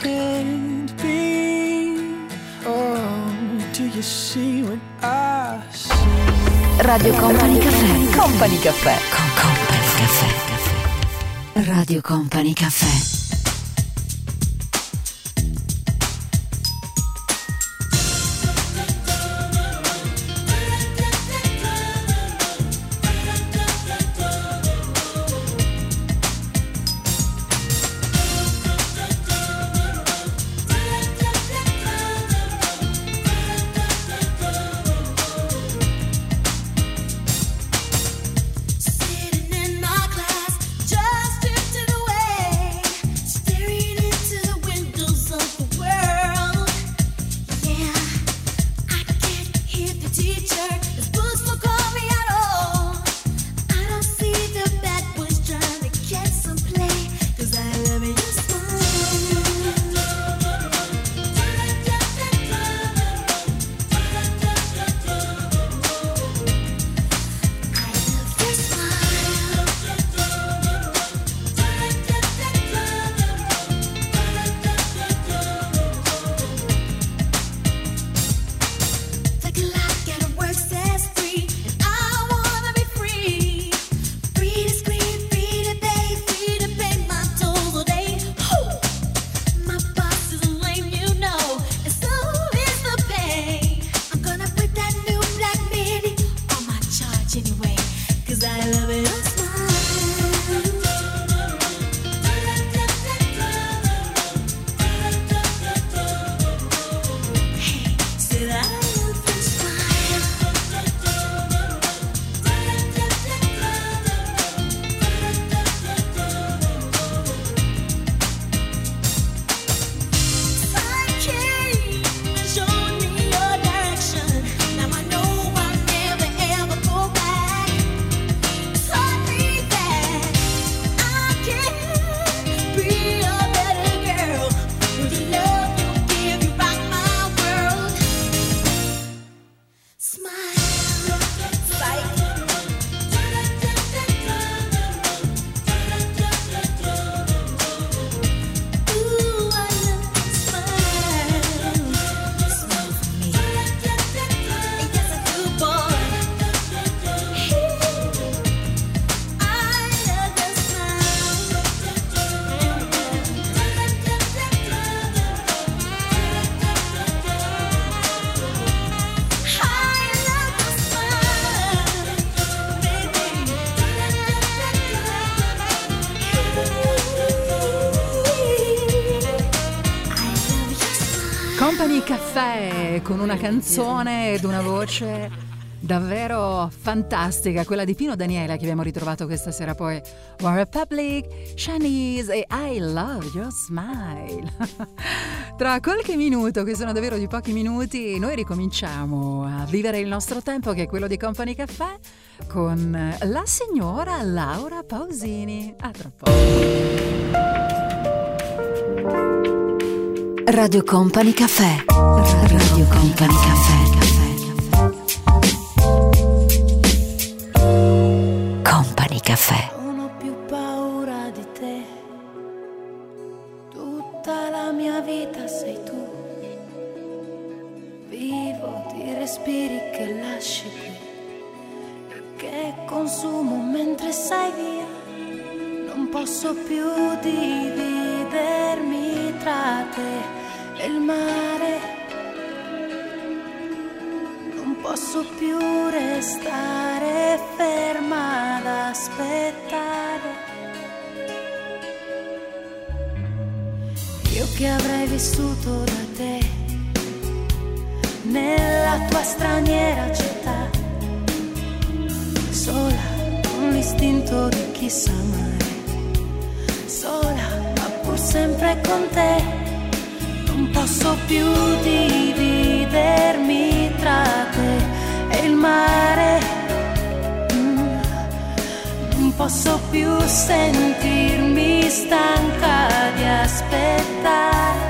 can't be. Oh, do you see what I see? Radio Company Cafè. Company Cafè. Company Cafè. Radio Company Cafè. Company Cafè con una canzone ed una voce davvero fantastica, quella di Pino Daniele che abbiamo ritrovato questa sera, poi One Republic, Shanice e I Love Your Smile. Tra qualche minuto, che sono davvero di pochi minuti, noi ricominciamo a vivere il nostro tempo, che è quello di Company Cafè, con la signora Laura Pausini. A tra poco. Radio Company Cafè. Radio Company Cafè. Company Cafè. Non ho più paura di te. Tutta la mia vita sei tu. Vivo di respiri che lasci qui, che consumo mentre sei via. Non posso più dividermi tra te e il mare, non posso più restare ferma ad aspettare. Io che avrei vissuto da te nella tua straniera città, sola con l'istinto di chi sa amare, sola ma pur sempre con te. Non posso più dividermi tra te e il mare, non posso più sentirmi stanca di aspettare.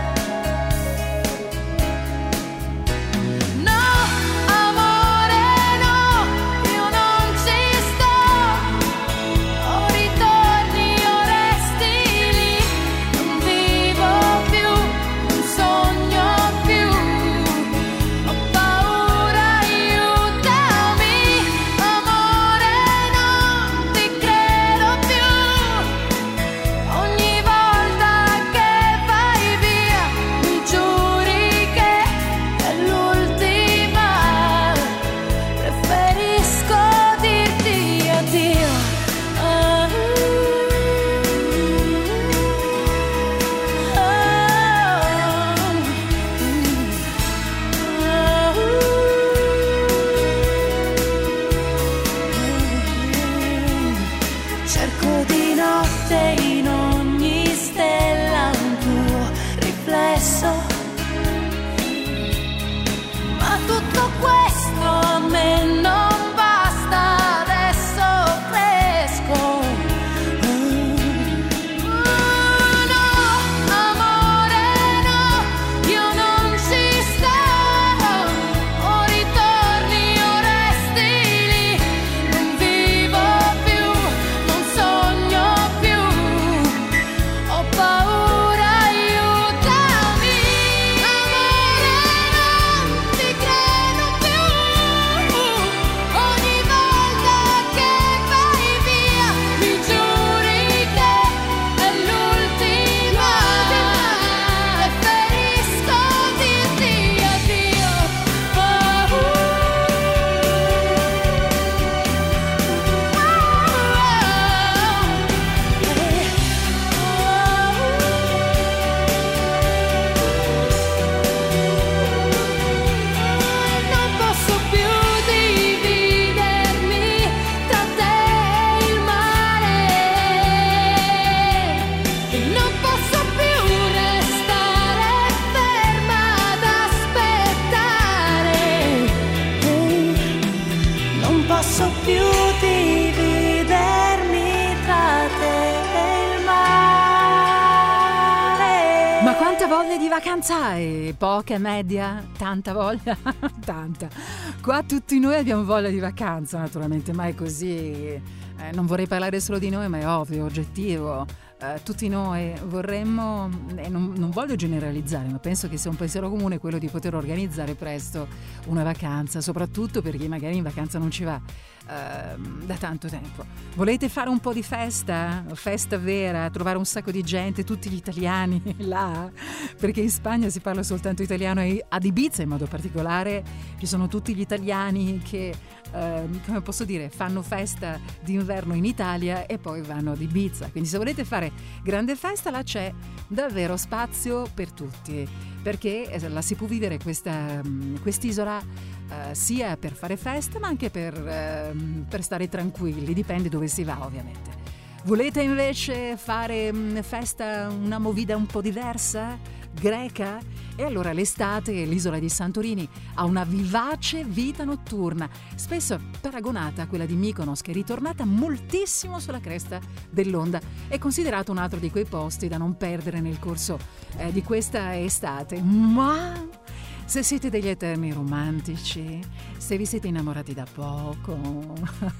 Tanta voglia di vacanza e poca media, tanta voglia, tanta. Qua tutti noi abbiamo voglia di vacanza, naturalmente, ma è così. Non vorrei parlare solo di noi, ma è ovvio, oggettivo. Tutti noi vorremmo, e non voglio generalizzare, ma penso che sia un pensiero comune quello di poter organizzare presto una vacanza, soprattutto per chi magari in vacanza non ci va da tanto tempo. Volete fare un po' di festa vera, trovare un sacco di gente, tutti gli italiani là, perché in Spagna si parla soltanto italiano e ad Ibiza in modo particolare ci sono tutti gli italiani che come posso dire, fanno festa d'inverno in Italia e poi vanno ad Ibiza. Quindi se volete fare grande festa, là c'è davvero spazio per tutti, perché la si può vivere quest'isola sia per fare festa ma anche per stare tranquilli, dipende dove si va ovviamente. Volete invece fare festa, una movida un po' diversa, greca? E allora l'estate l'isola di Santorini ha una vivace vita notturna, spesso paragonata a quella di Mykonos, che è ritornata moltissimo sulla cresta dell'onda. È considerato un altro di quei posti da non perdere nel corso di questa estate. Ma se siete degli eterni romantici, se vi siete innamorati da poco,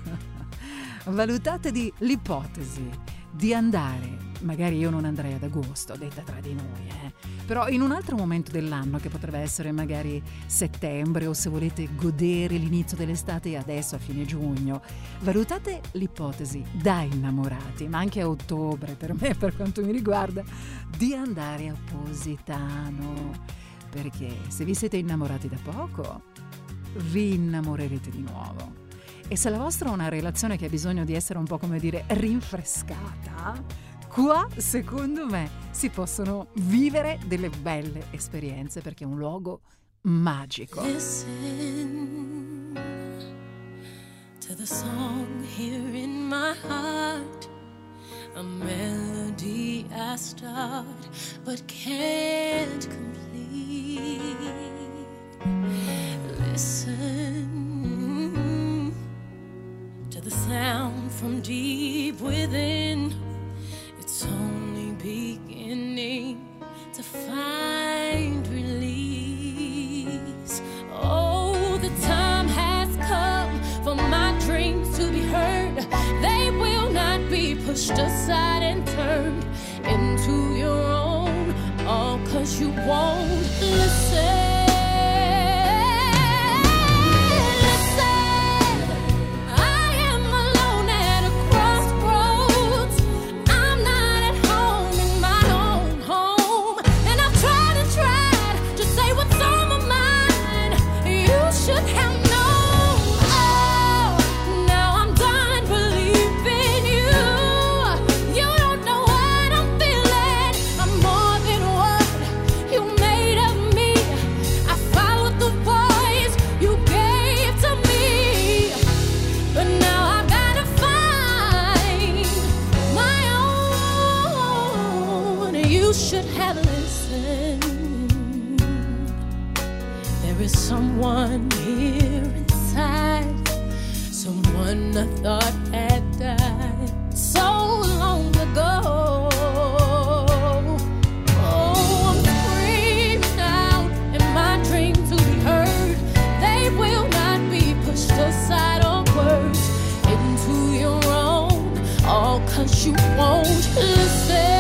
valutate l'ipotesi di andare, magari io non andrei ad agosto, detta tra di noi, però in un altro momento dell'anno, che potrebbe essere magari settembre, o se volete godere l'inizio dell'estate adesso a fine giugno, valutate l'ipotesi da innamorati, ma anche a ottobre per me, per quanto mi riguarda, di andare a Positano, perché se vi siete innamorati da poco vi innamorerete di nuovo. E se la vostra è una relazione che ha bisogno di essere un po', come dire, rinfrescata, qua secondo me si possono vivere delle belle esperienze, perché è un luogo magico. Listen to the song here in my heart, a melody I start but can't complete. Listen to the sound from deep within. It's only beginning to find release. Oh, the time has come for my dreams to be heard. They will not be pushed aside and turned into your own, all 'cause you won't listen. Someone here inside, someone I thought had died so long ago. Oh, I'm screaming out in my dream to be heard. They will not be pushed aside or worse into your own, all 'cause you won't listen.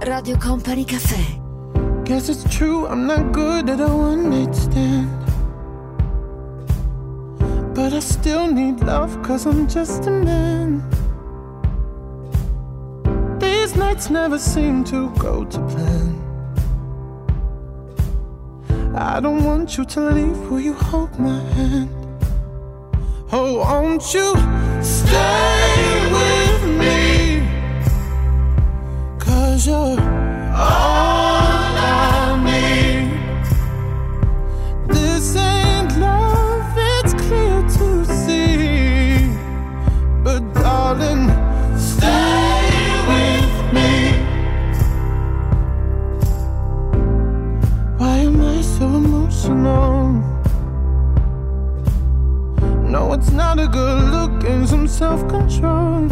Radio Company Cafè. Guess it's true, I'm not good at a one-night stand, but I still need love, 'cause I'm just a man. These nights never seem to go to plan. I don't want you to leave, will you hold my hand? Oh, won't you stay with me? 'Cause you're all I need. This ain't love, it's clear to see, but darling, stay with me. Why am I so emotional? No, it's not a good look, and some self-control.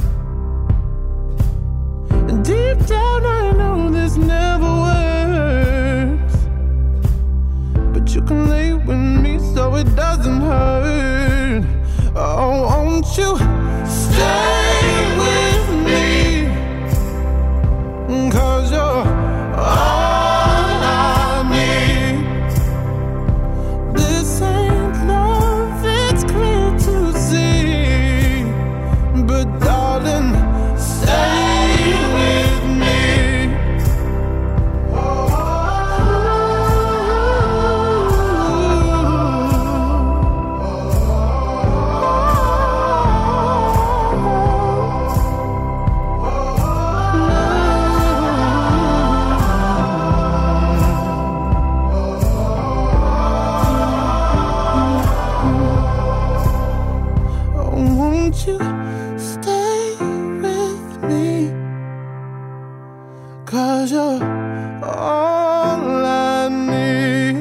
And deep down I know this never works, but you can lay with me so it doesn't hurt. Oh, won't you stay with me? 'Cause you're all I need. This ain't love, it's clear to see, but darling, stay with me. Oh, won't you stay with me? 'Cause you're all I need.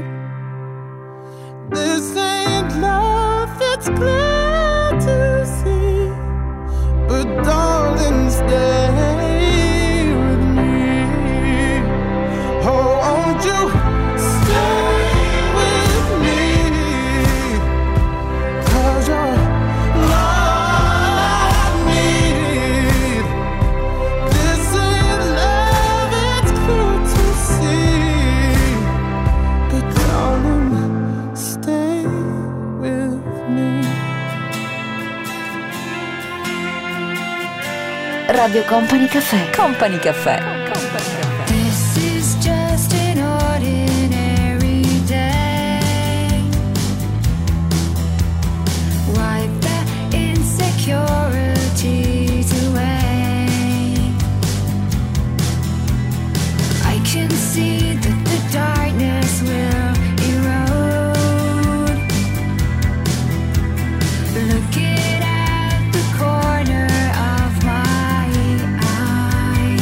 This ain't love, it's clear to see, but darling, stay with me. Oh, won't you stay with me? 'Cause you're all I need. This ain't love, it's clear to see, but darling, stay with me. Radio Company Cafè. Company Cafè. This is just an ordinary day. Wipe the insecurities away. I can see that the darkness will erode. Looking at the corner of my eye,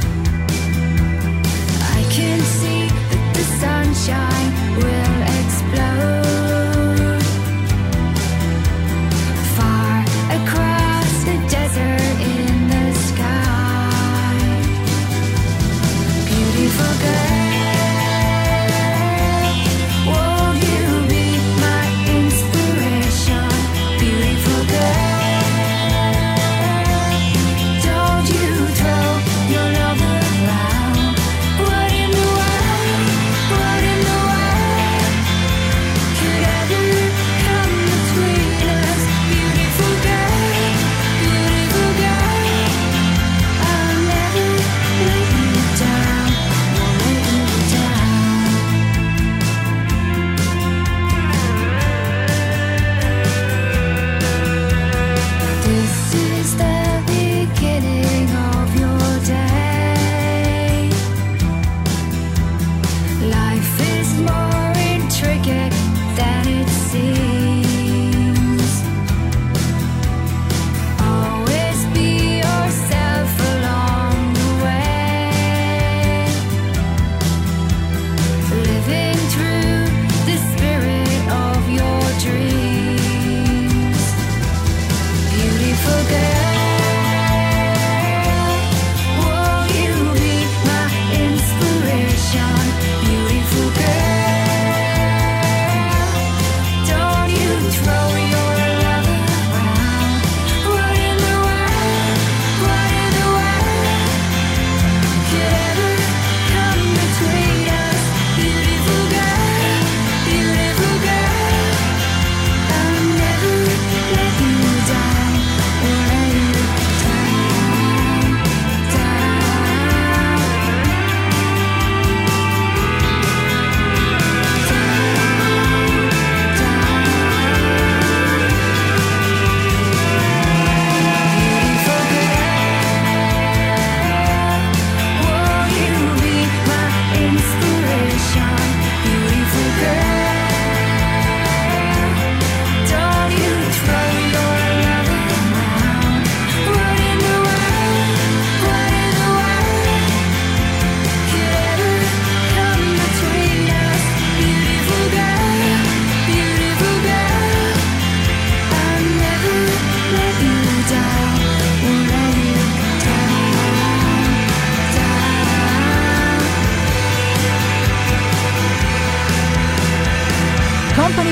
I can see that the sunshine will explode far across the desert in the sky. Beautiful girl,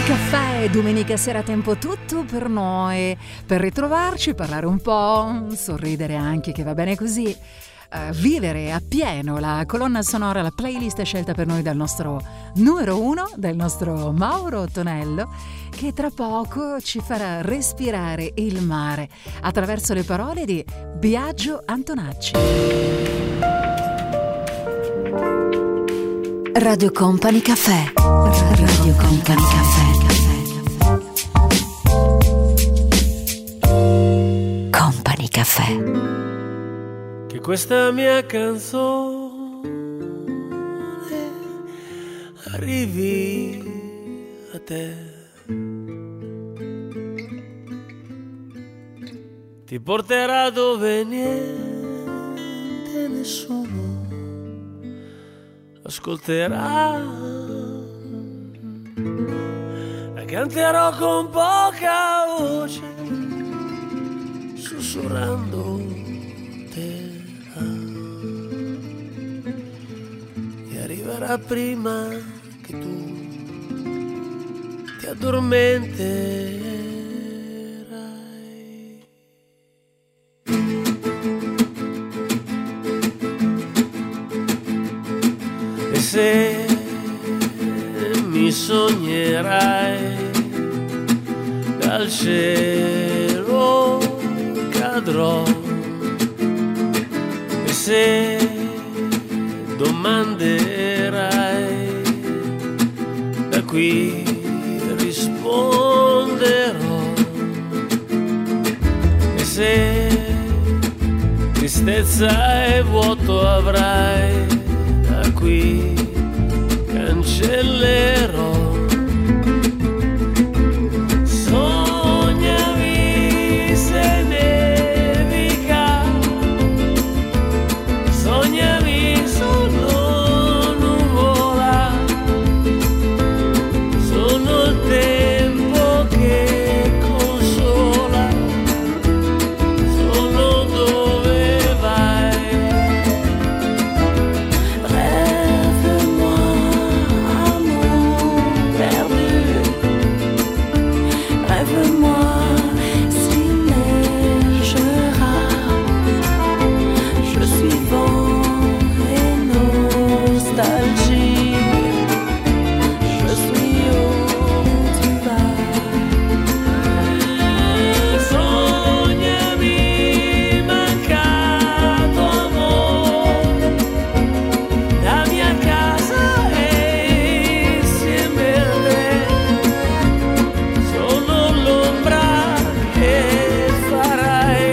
Caffè, domenica sera tempo tutto per noi, per ritrovarci, parlare un po', sorridere anche, che va bene così, vivere appieno la colonna sonora, la playlist scelta per noi dal nostro numero 1, del nostro Mauro Tonello, che tra poco ci farà respirare il mare attraverso le parole di Biagio Antonacci. Radio Company Caffè. Radio Company Caffè. Company Caffè. Che questa mia canzone arrivi a te. Ti porterà dove niente, nessuno ascolterà. La canterò con poca voce, sussurrando terra, e arriverà prima che tu ti addormenterai. E se mi sognerai, dal cielo cadrò. E se domanderai, da qui risponderò. E se tristezza e vuoto avrai, da qui cancellerò. Sognami se nevica, sognami solo nuvola, sono il tempo che consola, sono dove vai. Rêve-moi, amour perdu, rêve-moi s'il neigera. Je suis vent et nostalgie, je suis où tu vas. Sognami mancato amore, la mia casa è insieme a te, sono l'ombra che farai.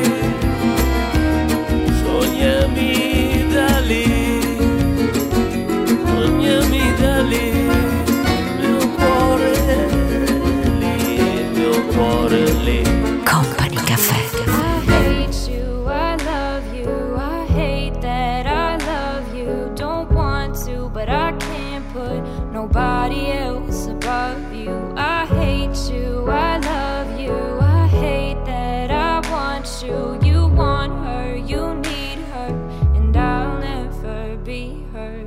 Sognami da lì, mio cuore lì, mio cuore lì. Company Caffè. I hate you, I love you, I hate that I love you. Don't want to, but I can't put nobody else above you. I hate you, I love you, I hate that I want you. You want her, you need her, and I'll never be her.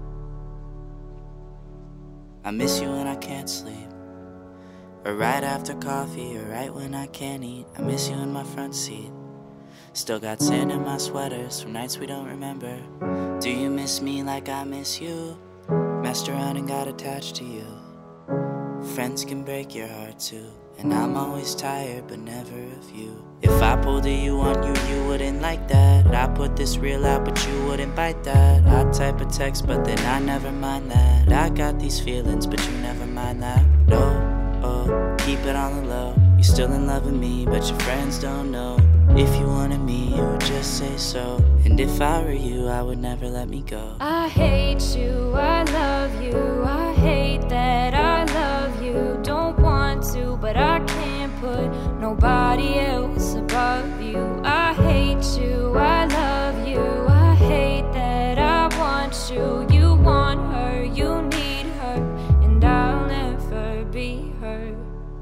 I miss you when I can't sleep, or right after coffee, or right when I can't eat. I miss you in my front seat. Still got sand in my sweaters from nights we don't remember. Do you miss me like I miss you? Messed around and got attached to you. Friends can break your heart too, and I'm always tired but never of you. If I pulled a you on you, you wouldn't like that. I put this reel out but you wouldn't bite that. I type a text but then I never mind that. I got these feelings but you never mind that. No, oh, keep it on the low. You're still in love with me but your friends don't know. If you wanted me, you would just say so. And if I were you, I would never let me go. I hate you, I love you, I hate that I love you. Don't want to, but I can't put nobody else above you. I hate you, I love you, I hate that I want you. You want her, you need her, and I'll never be her.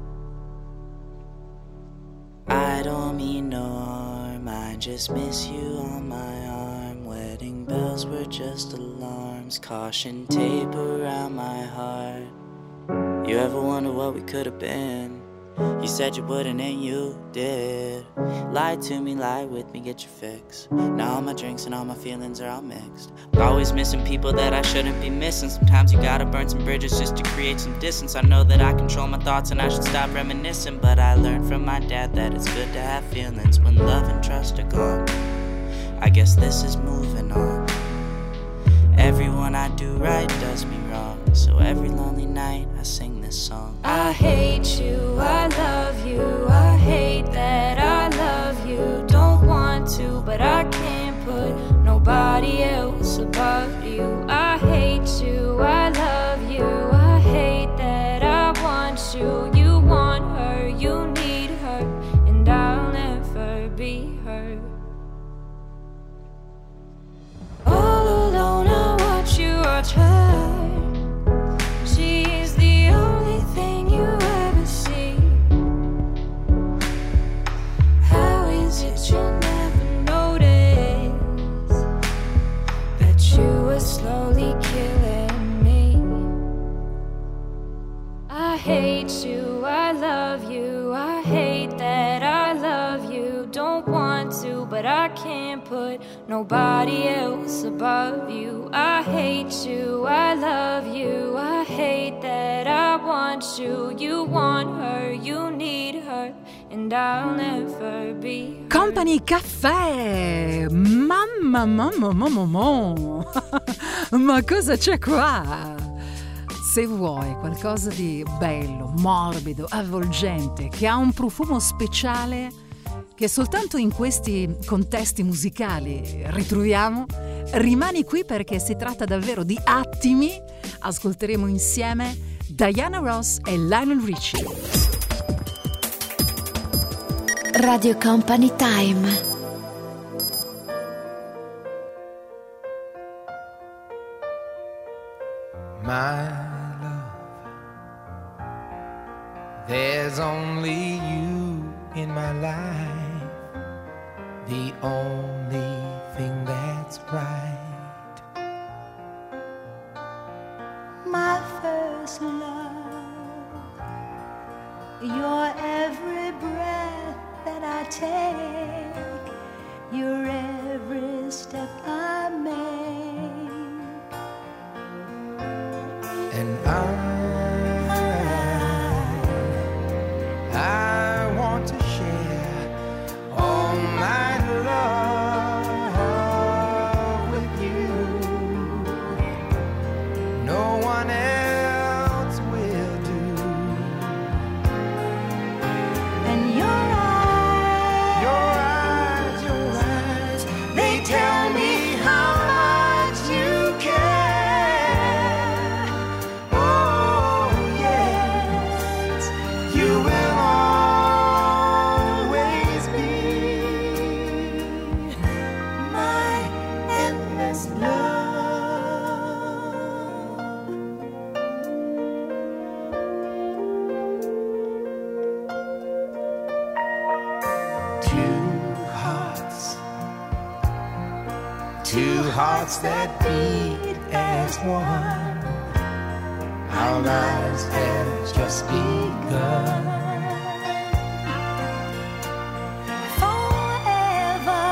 I don't mean no harm, I just miss you on my arm. Wedding bells were just alarms, caution tape around my heart. You ever wonder what we could have been? You said you wouldn't and you did. Lie to me, lie with me, get your fix. Now all my drinks and all my feelings are all mixed. Always missing people that I shouldn't be missing. Sometimes you gotta burn some bridges just to create some distance. I know that I control my thoughts and I should stop reminiscing, but I learned from my dad that it's good to have feelings when love and trust are gone. I guess this is moving on. Everyone I do right does me wrong, so every lonely night I sing this song. I hate you, I love you, I hate that I love you. Don't want to, but I can't put nobody else above you. I hate you, I love you, I hate that I want you. You want her, you need her, and I'll never be her. All alone I watch you watch her. She's the only thing you ever see. How is it you never notice that you were slowly killing me? I hate you, I love you, I hate that I love you. Don't want to, but I can't put nobody else above you. I hate you, I love you, I hate that I want you. You want her, you need her, and I'll never be her. Company Caffè! Mamma. Ma cosa c'è qua? Se vuoi qualcosa di bello, morbido, avvolgente, che ha un profumo speciale che soltanto in questi contesti musicali ritroviamo, rimani qui perché si tratta davvero di attimi. Ascolteremo insieme Diana Ross e Lionel Richie. Radio Company Time. My love, there's only you in my life, the only thing that's right. My first love, your every breath that I take, your every step I make. And I want to share all my love with you. No one else will do. And your eyes, they tell me how much you care. Two hearts that beat as one. Our lives have just begun. Forever,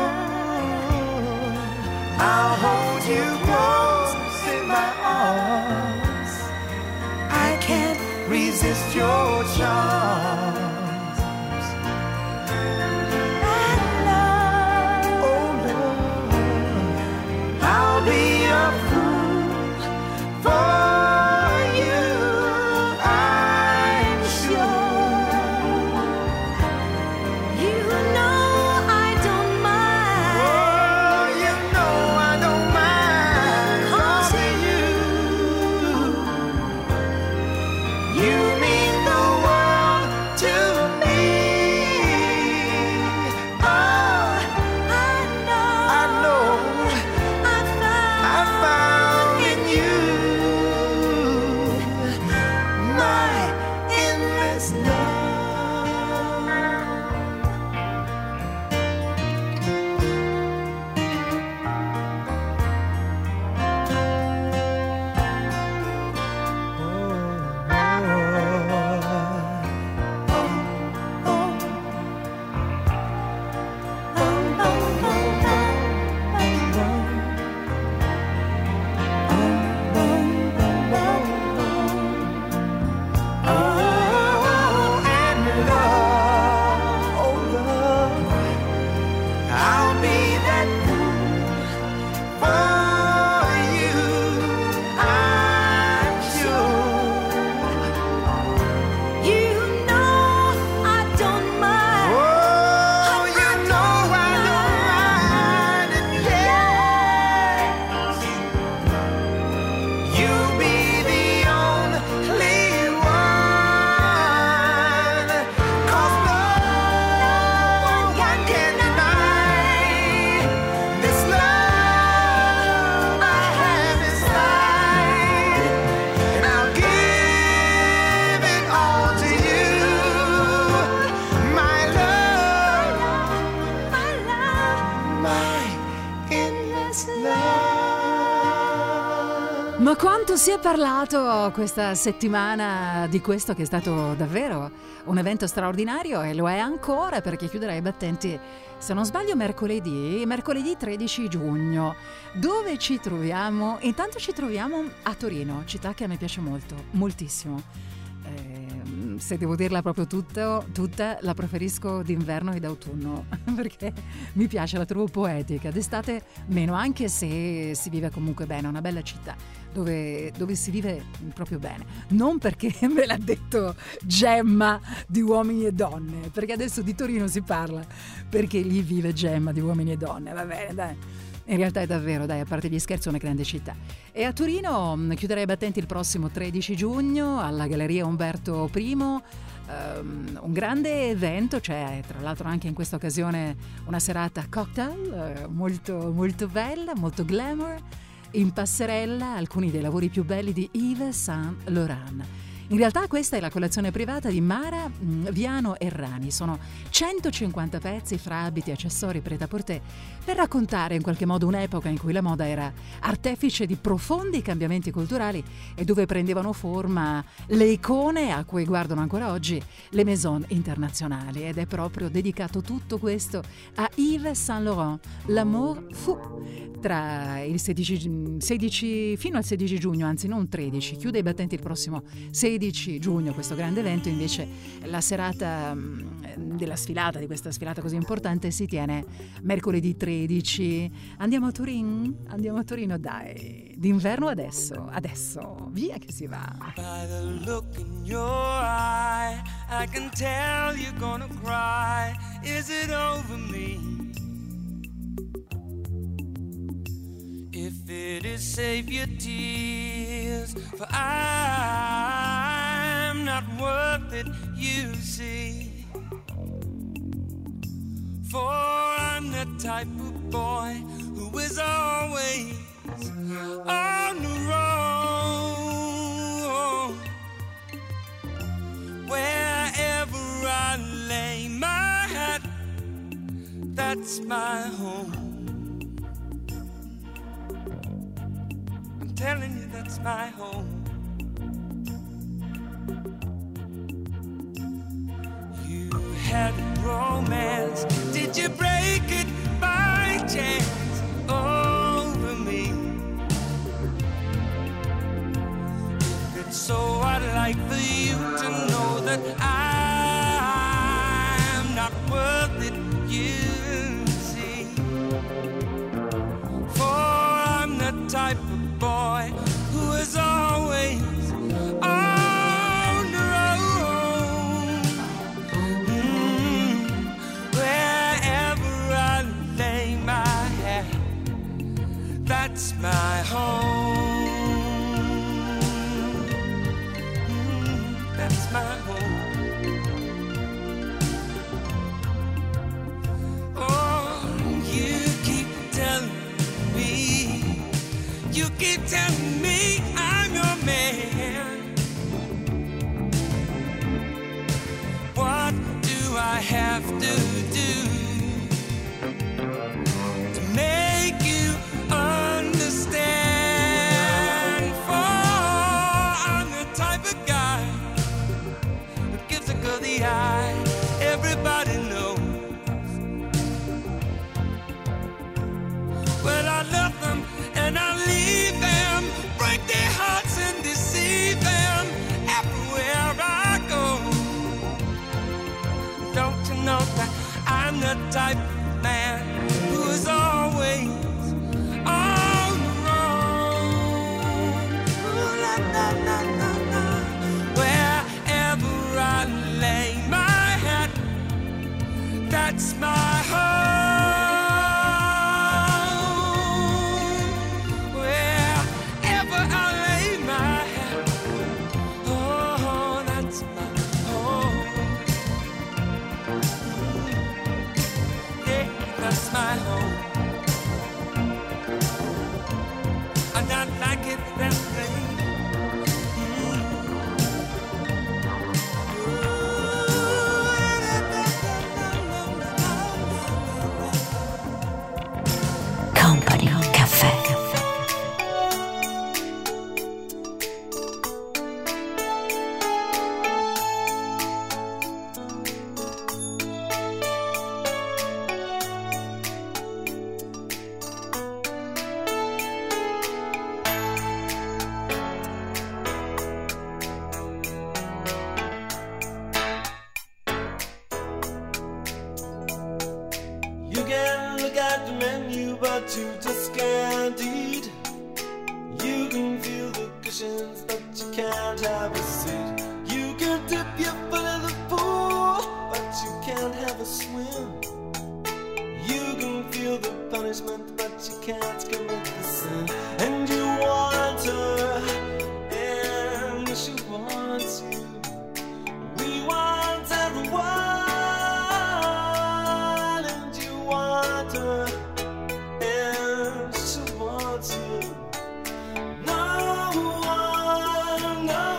I'll hold you close in my arms. I can't resist your charms. I'll be a fool for you, I'm sure. you know I don't mind. Oh, you know I don't mind. 'Cause you mean the world Ma quanto si è parlato questa settimana di questo che è stato davvero un evento straordinario, e lo è ancora, perché chiuderà i battenti, se non sbaglio, mercoledì 13 giugno. Dove ci troviamo? Intanto ci troviamo a Torino, città che a me piace molto, moltissimo. Se devo dirla proprio tutta, la preferisco d'inverno e d'autunno, perché mi piace, la trovo poetica. D'estate meno, anche se si vive comunque bene, è una bella città dove si vive proprio bene. Non perché me l'ha detto Gemma di Uomini e Donne, perché adesso di Torino si parla perché lì vive Gemma di Uomini e Donne, va bene, dai. In realtà è davvero, dai, a parte gli scherzi, una grande città. E a Torino chiuderà i battenti il prossimo 13 giugno alla Galleria Umberto I, un grande evento. C'è tra l'altro anche in questa occasione una serata cocktail molto, molto bella, molto glamour, in passerella alcuni dei lavori più belli di Yves Saint Laurent. In realtà questa è la collezione privata di Mara Viano Errani. Sono 150 pezzi fra abiti, accessori, prêt-à-porter, per raccontare in qualche modo un'epoca in cui la moda era artefice di profondi cambiamenti culturali e dove prendevano forma le icone a cui guardano ancora oggi le maison internazionali. Ed è proprio dedicato tutto questo a Yves Saint Laurent, L'amour fou. Tra il 16 fino al 16 giugno, anzi non 13, chiude i battenti il prossimo 16 giugno questo grande evento. Invece la serata della sfilata, di questa sfilata così importante, si tiene mercoledì 13. Andiamo a Torino, dai, d'inverno adesso, via che si va. By the look in your eye, I can tell you're gonna cry. Is it over me? If it is, save your tears, for I'm not worth it, you see. For I'm the type of boy who is always on the road. Wherever I lay my hat, that's my home. Telling you that's my home. You had romance, did you break it by chance over me? If it's so, I'd like for you to know that I'm not worth it, you see. For I'm the type of boy who is always on the road. Wherever I lay my head, that's my home. That's my home. Oh, you keep telling me, you keep telling me I'm your man. What do I have to do to make you understand? For I'm the type of guy who gives a girl the eye. Everybody knows. Well, I love them and I leave them, break their hearts and deceive them everywhere I go. Don't you know that I'm the type of man who is always on the road? Ooh, la, la, la, la, la. Wherever I lay my hat, that's my home. but you just can't eat. You can feel the cushions, but you can't have a seat. You can dip your foot in the pool, but you can't have a swim. You can feel the punishment, but you can't commit the sin. And you want her, and she wants you. We want everyone, and you want her, and she wants you. No one, no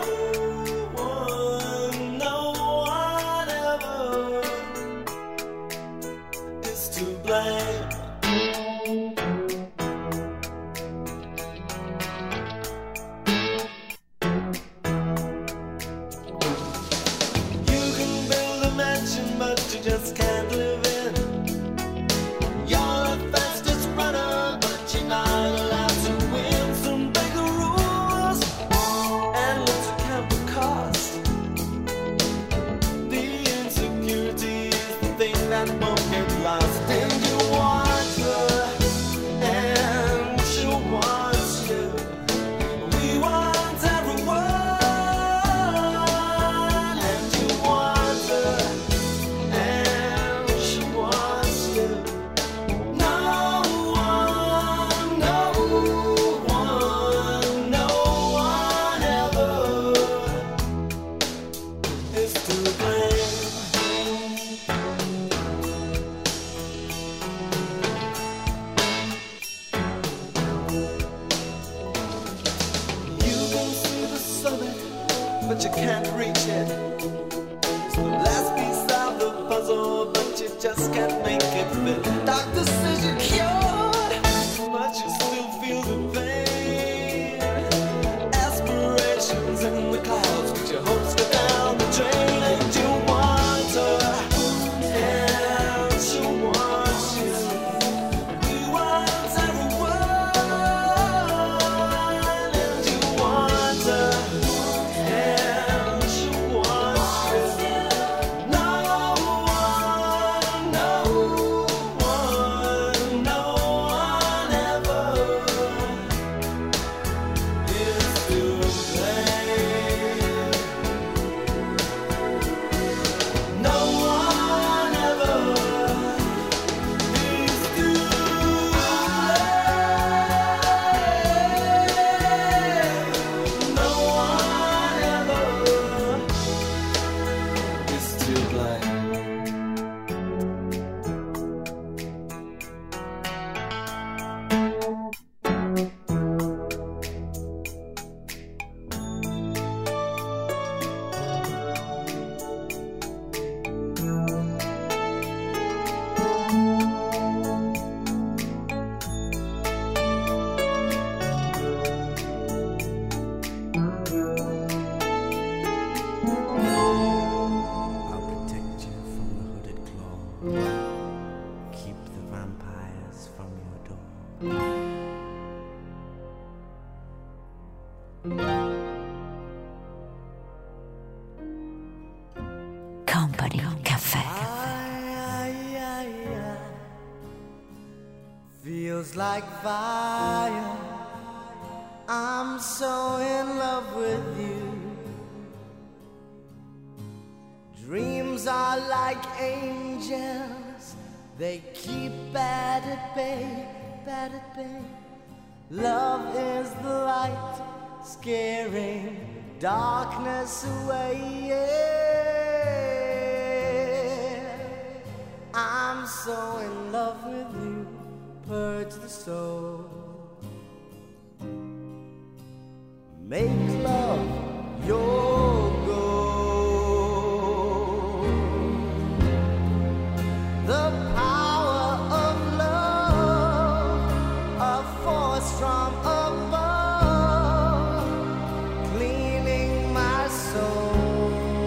one, no one ever is to blame. You can build a mansion, but you just can't live in. You're the fastest runner, but you're not allowed to win. So break the rules and let's count the cost. The insecurity is the thing that won't get lost. And you want her, and she wants you. We want everyone, and you want her, and she wants you. No one, no one, no one ever is to blame. You can see the summit, but you can't reach it. It's the last piece of the puzzle, but you just can't make it fit. Doctor says you're cured, but you still feel the pain. Aspirations in the clouds, but your hopes go down the drain. And you want her, and she wants you. We want everyone, and you want her, and she wants you. No one, no one, no one ever is to blame. No one ever is to blame. No one ever is to blame. I'll protect you from the hooded claw. Keep the vampires from your door. Company Caffè. Feels like fire. I'm so in love with you. Dreams are like angels. They keep bad at bay, bad at bay. Love is the light, scaring darkness away. Yeah. I'm so in love with you. Purge the soul. Make love your goal. The power of love, a force from above, cleaning my soul.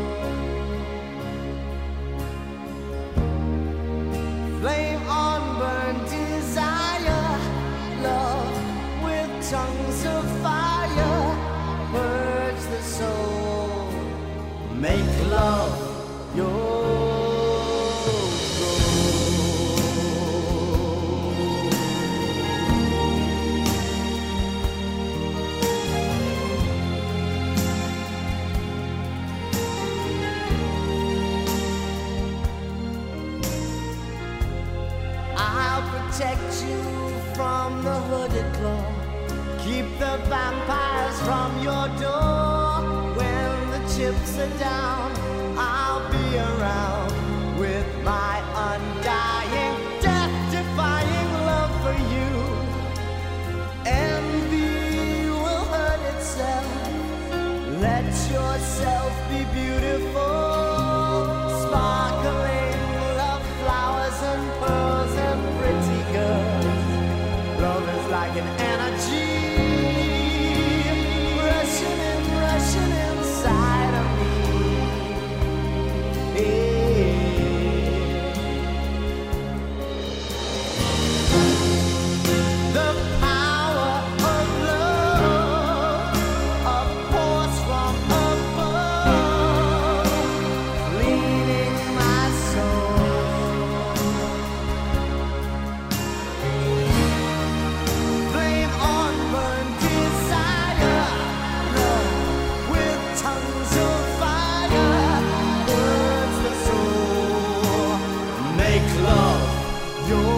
Flame on burn desire, love with tongues of fire. Purge the soul, make love your goal. protect you from the hooded claw. Keep the vampires from your door. When the chips are down, I'll be around with my undying, death-defying love for you. Envy will hurt itself. Let yourself be beautiful, sparkling love flowers and pearls and pretty girls. Love is like an energy rushing inside of me. The power of love, a force from above, leading my soul. Flame on, burn desire, love with tongues of fire, burns the soul. Make love your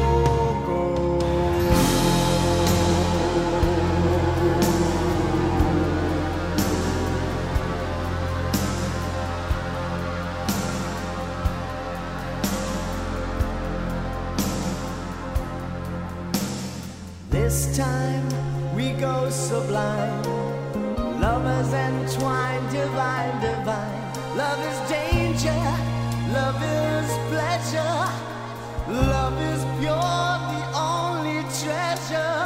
This time we go sublime, lovers entwined, divine, divine. Love is danger, love is pleasure, love is pure, the only treasure.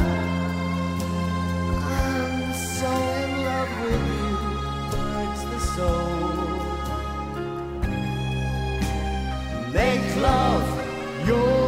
I'm so in love with you, hurts the soul. Make love your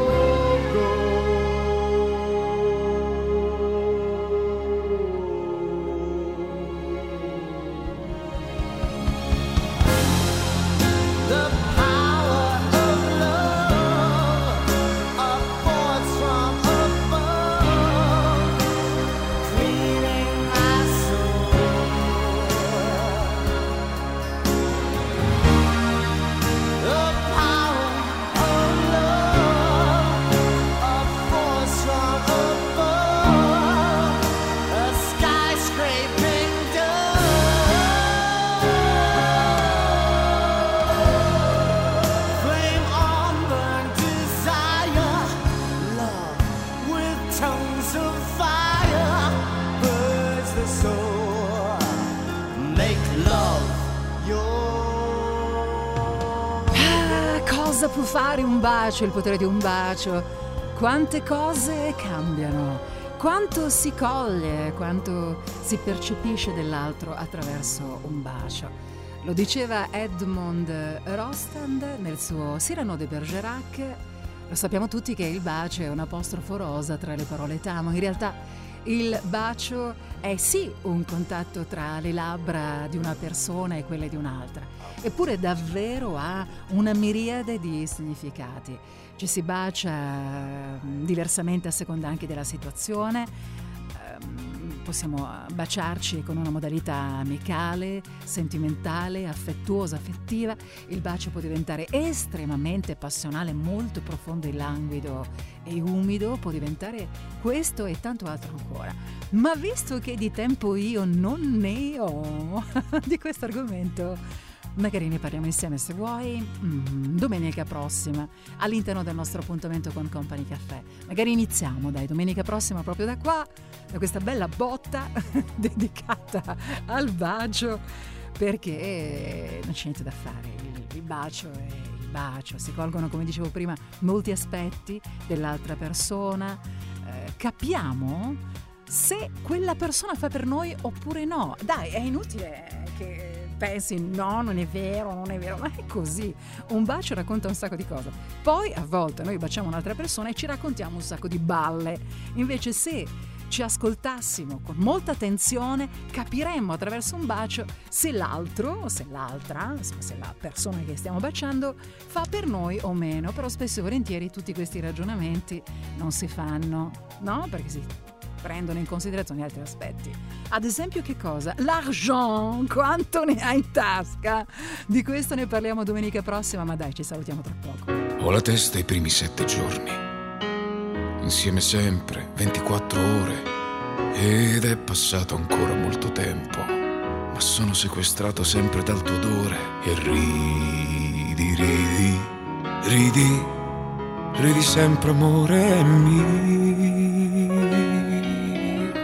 cosa può fare un bacio, il potere di un bacio. Quante cose cambiano, quanto si coglie, quanto si percepisce dell'altro attraverso un bacio. Lo diceva Edmond Rostand nel suo Cyrano de Bergerac. Lo sappiamo tutti che il bacio è un apostrofo rosa tra le parole t'amo. In realtà il bacio è sì un contatto tra le labbra di una persona e quelle di un'altra, eppure davvero ha una miriade di significati. Ci si bacia diversamente a seconda anche della situazione. Possiamo baciarci con una modalità amicale, sentimentale, affettuosa, affettiva. Il bacio può diventare estremamente passionale, molto profondo e languido e umido, può diventare questo e tanto altro ancora. Ma visto che di tempo io non ne ho di questo argomento, magari ne parliamo insieme, se vuoi, domenica prossima all'interno del nostro appuntamento con Company Cafè. Magari iniziamo, dai, domenica prossima proprio da qua, da questa bella botta dedicata al bacio, perché non c'è niente da fare. Il bacio è il bacio, si colgono, come dicevo prima, molti aspetti dell'altra persona, capiamo se quella persona fa per noi oppure no. Dai, è inutile che pensi no, non è vero, ma è così. Un bacio racconta un sacco di cose. Poi a volte noi baciamo un'altra persona e ci raccontiamo un sacco di balle. Invece se ci ascoltassimo con molta attenzione, capiremmo attraverso un bacio se l'altro o se l'altra, se la persona che stiamo baciando fa per noi o meno. Però spesso e volentieri tutti questi ragionamenti non si fanno, no? Perché si prendono in considerazione altri aspetti. Ad esempio, che cosa? L'argent, quanto ne hai in tasca? Di questo ne parliamo domenica prossima, ma dai, ci salutiamo tra poco. Ho la testa i primi 7 giorni, insieme sempre, 24 ore. Ed è passato ancora molto tempo, ma sono sequestrato sempre dal tuo odore. E ridi, ridi, ridi, ridi sempre amore mio.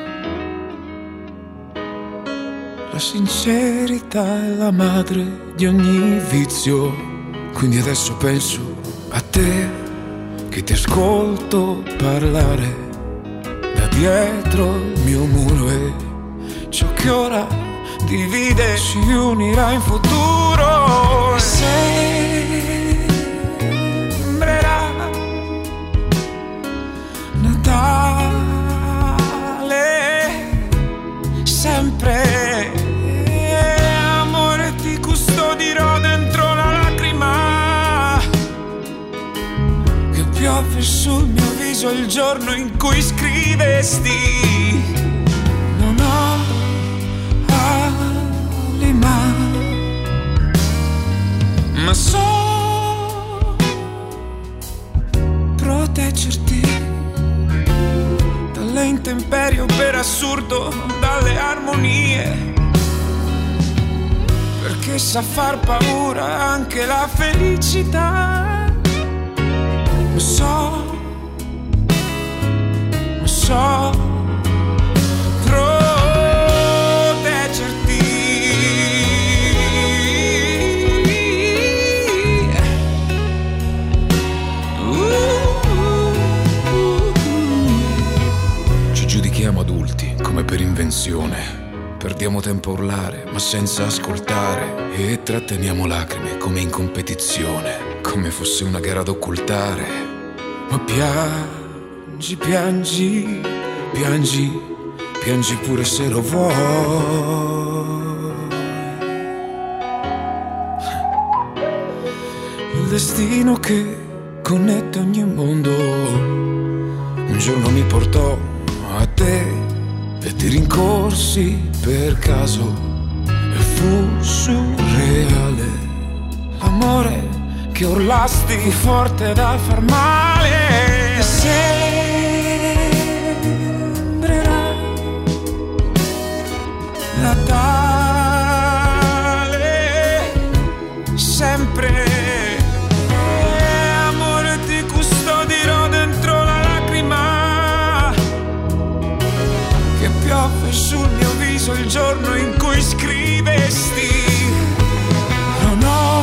La sincerità è la madre di ogni vizio, quindi adesso penso a te che ti ascolto parlare da dietro il mio muro, e ciò che ora divide si unirà in futuro. E sembrerà Natale sempre, amore, ti custodirò dentro la lacrima che piove sul mio viso il giorno in cui scrivesti non ho ali ma so proteggerti dalle intemperie o per assurdo dalle armonie, perché sa far paura anche la felicità. Lo so proteggerti. Ci giudichiamo adulti come per invenzione, perdiamo tempo a urlare ma senza ascoltare, e tratteniamo lacrime come in competizione, come fosse una gara ad occultare. Ma piangi, piangi, piangi, piangi pure se lo vuoi. Il destino che connette ogni mondo un giorno mi portò a te e ti rincorsi per caso, e fu surreale l'amore che urlasti, fu forte da far male. Sembrerà Natale sempre, amore, ti custodirò dentro la lacrima che piove sul mio viso il giorno in cui scrivesti non ho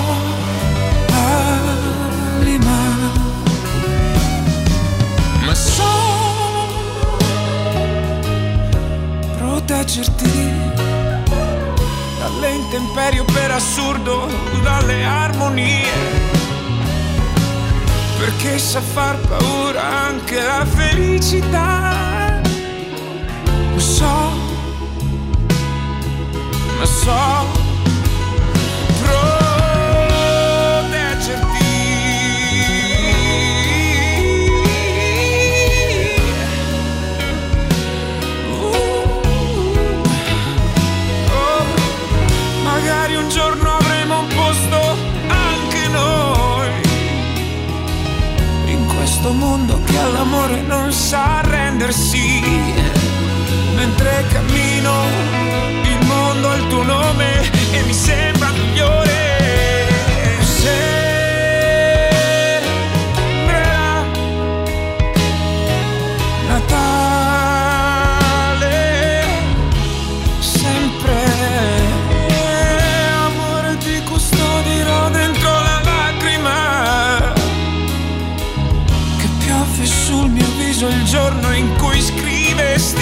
anima, ma so proteggerti dalle intemperie o per assurdo dalle armonie, perché sa far paura anche la felicità. Lo so, ma so un giorno avremo un posto anche noi in questo mondo che all'amore non sa arrendersi. Mentre cammino il mondo ha il tuo nome e mi sembra migliore. Sembrerà Natale sempre, dentro la lacrima che piove sul mio viso il giorno in cui scrivesti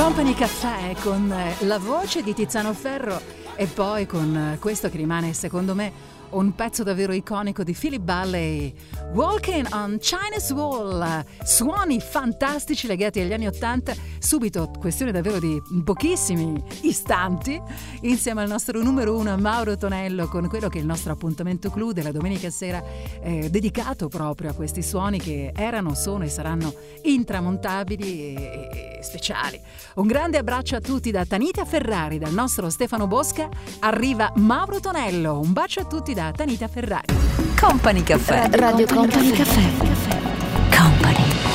Company Caffè con la voce di Tiziano Ferro e poi con questo che rimane secondo me un pezzo davvero iconico di Philip Bailey, Walking on China's Wall, suoni fantastici legati agli anni '80, subito questione davvero di pochissimi istanti, insieme al nostro numero uno Mauro Tonello con quello che è il nostro appuntamento clou della domenica sera, dedicato proprio a questi suoni che erano, sono e saranno intramontabili e speciali. Un grande abbraccio a tutti da Tanita Ferrari, dal nostro Stefano Bosca, arriva Mauro Tonello, un bacio a tutti da Tanita Ferrari. Company Caffè. Radio Company Caffè. Company.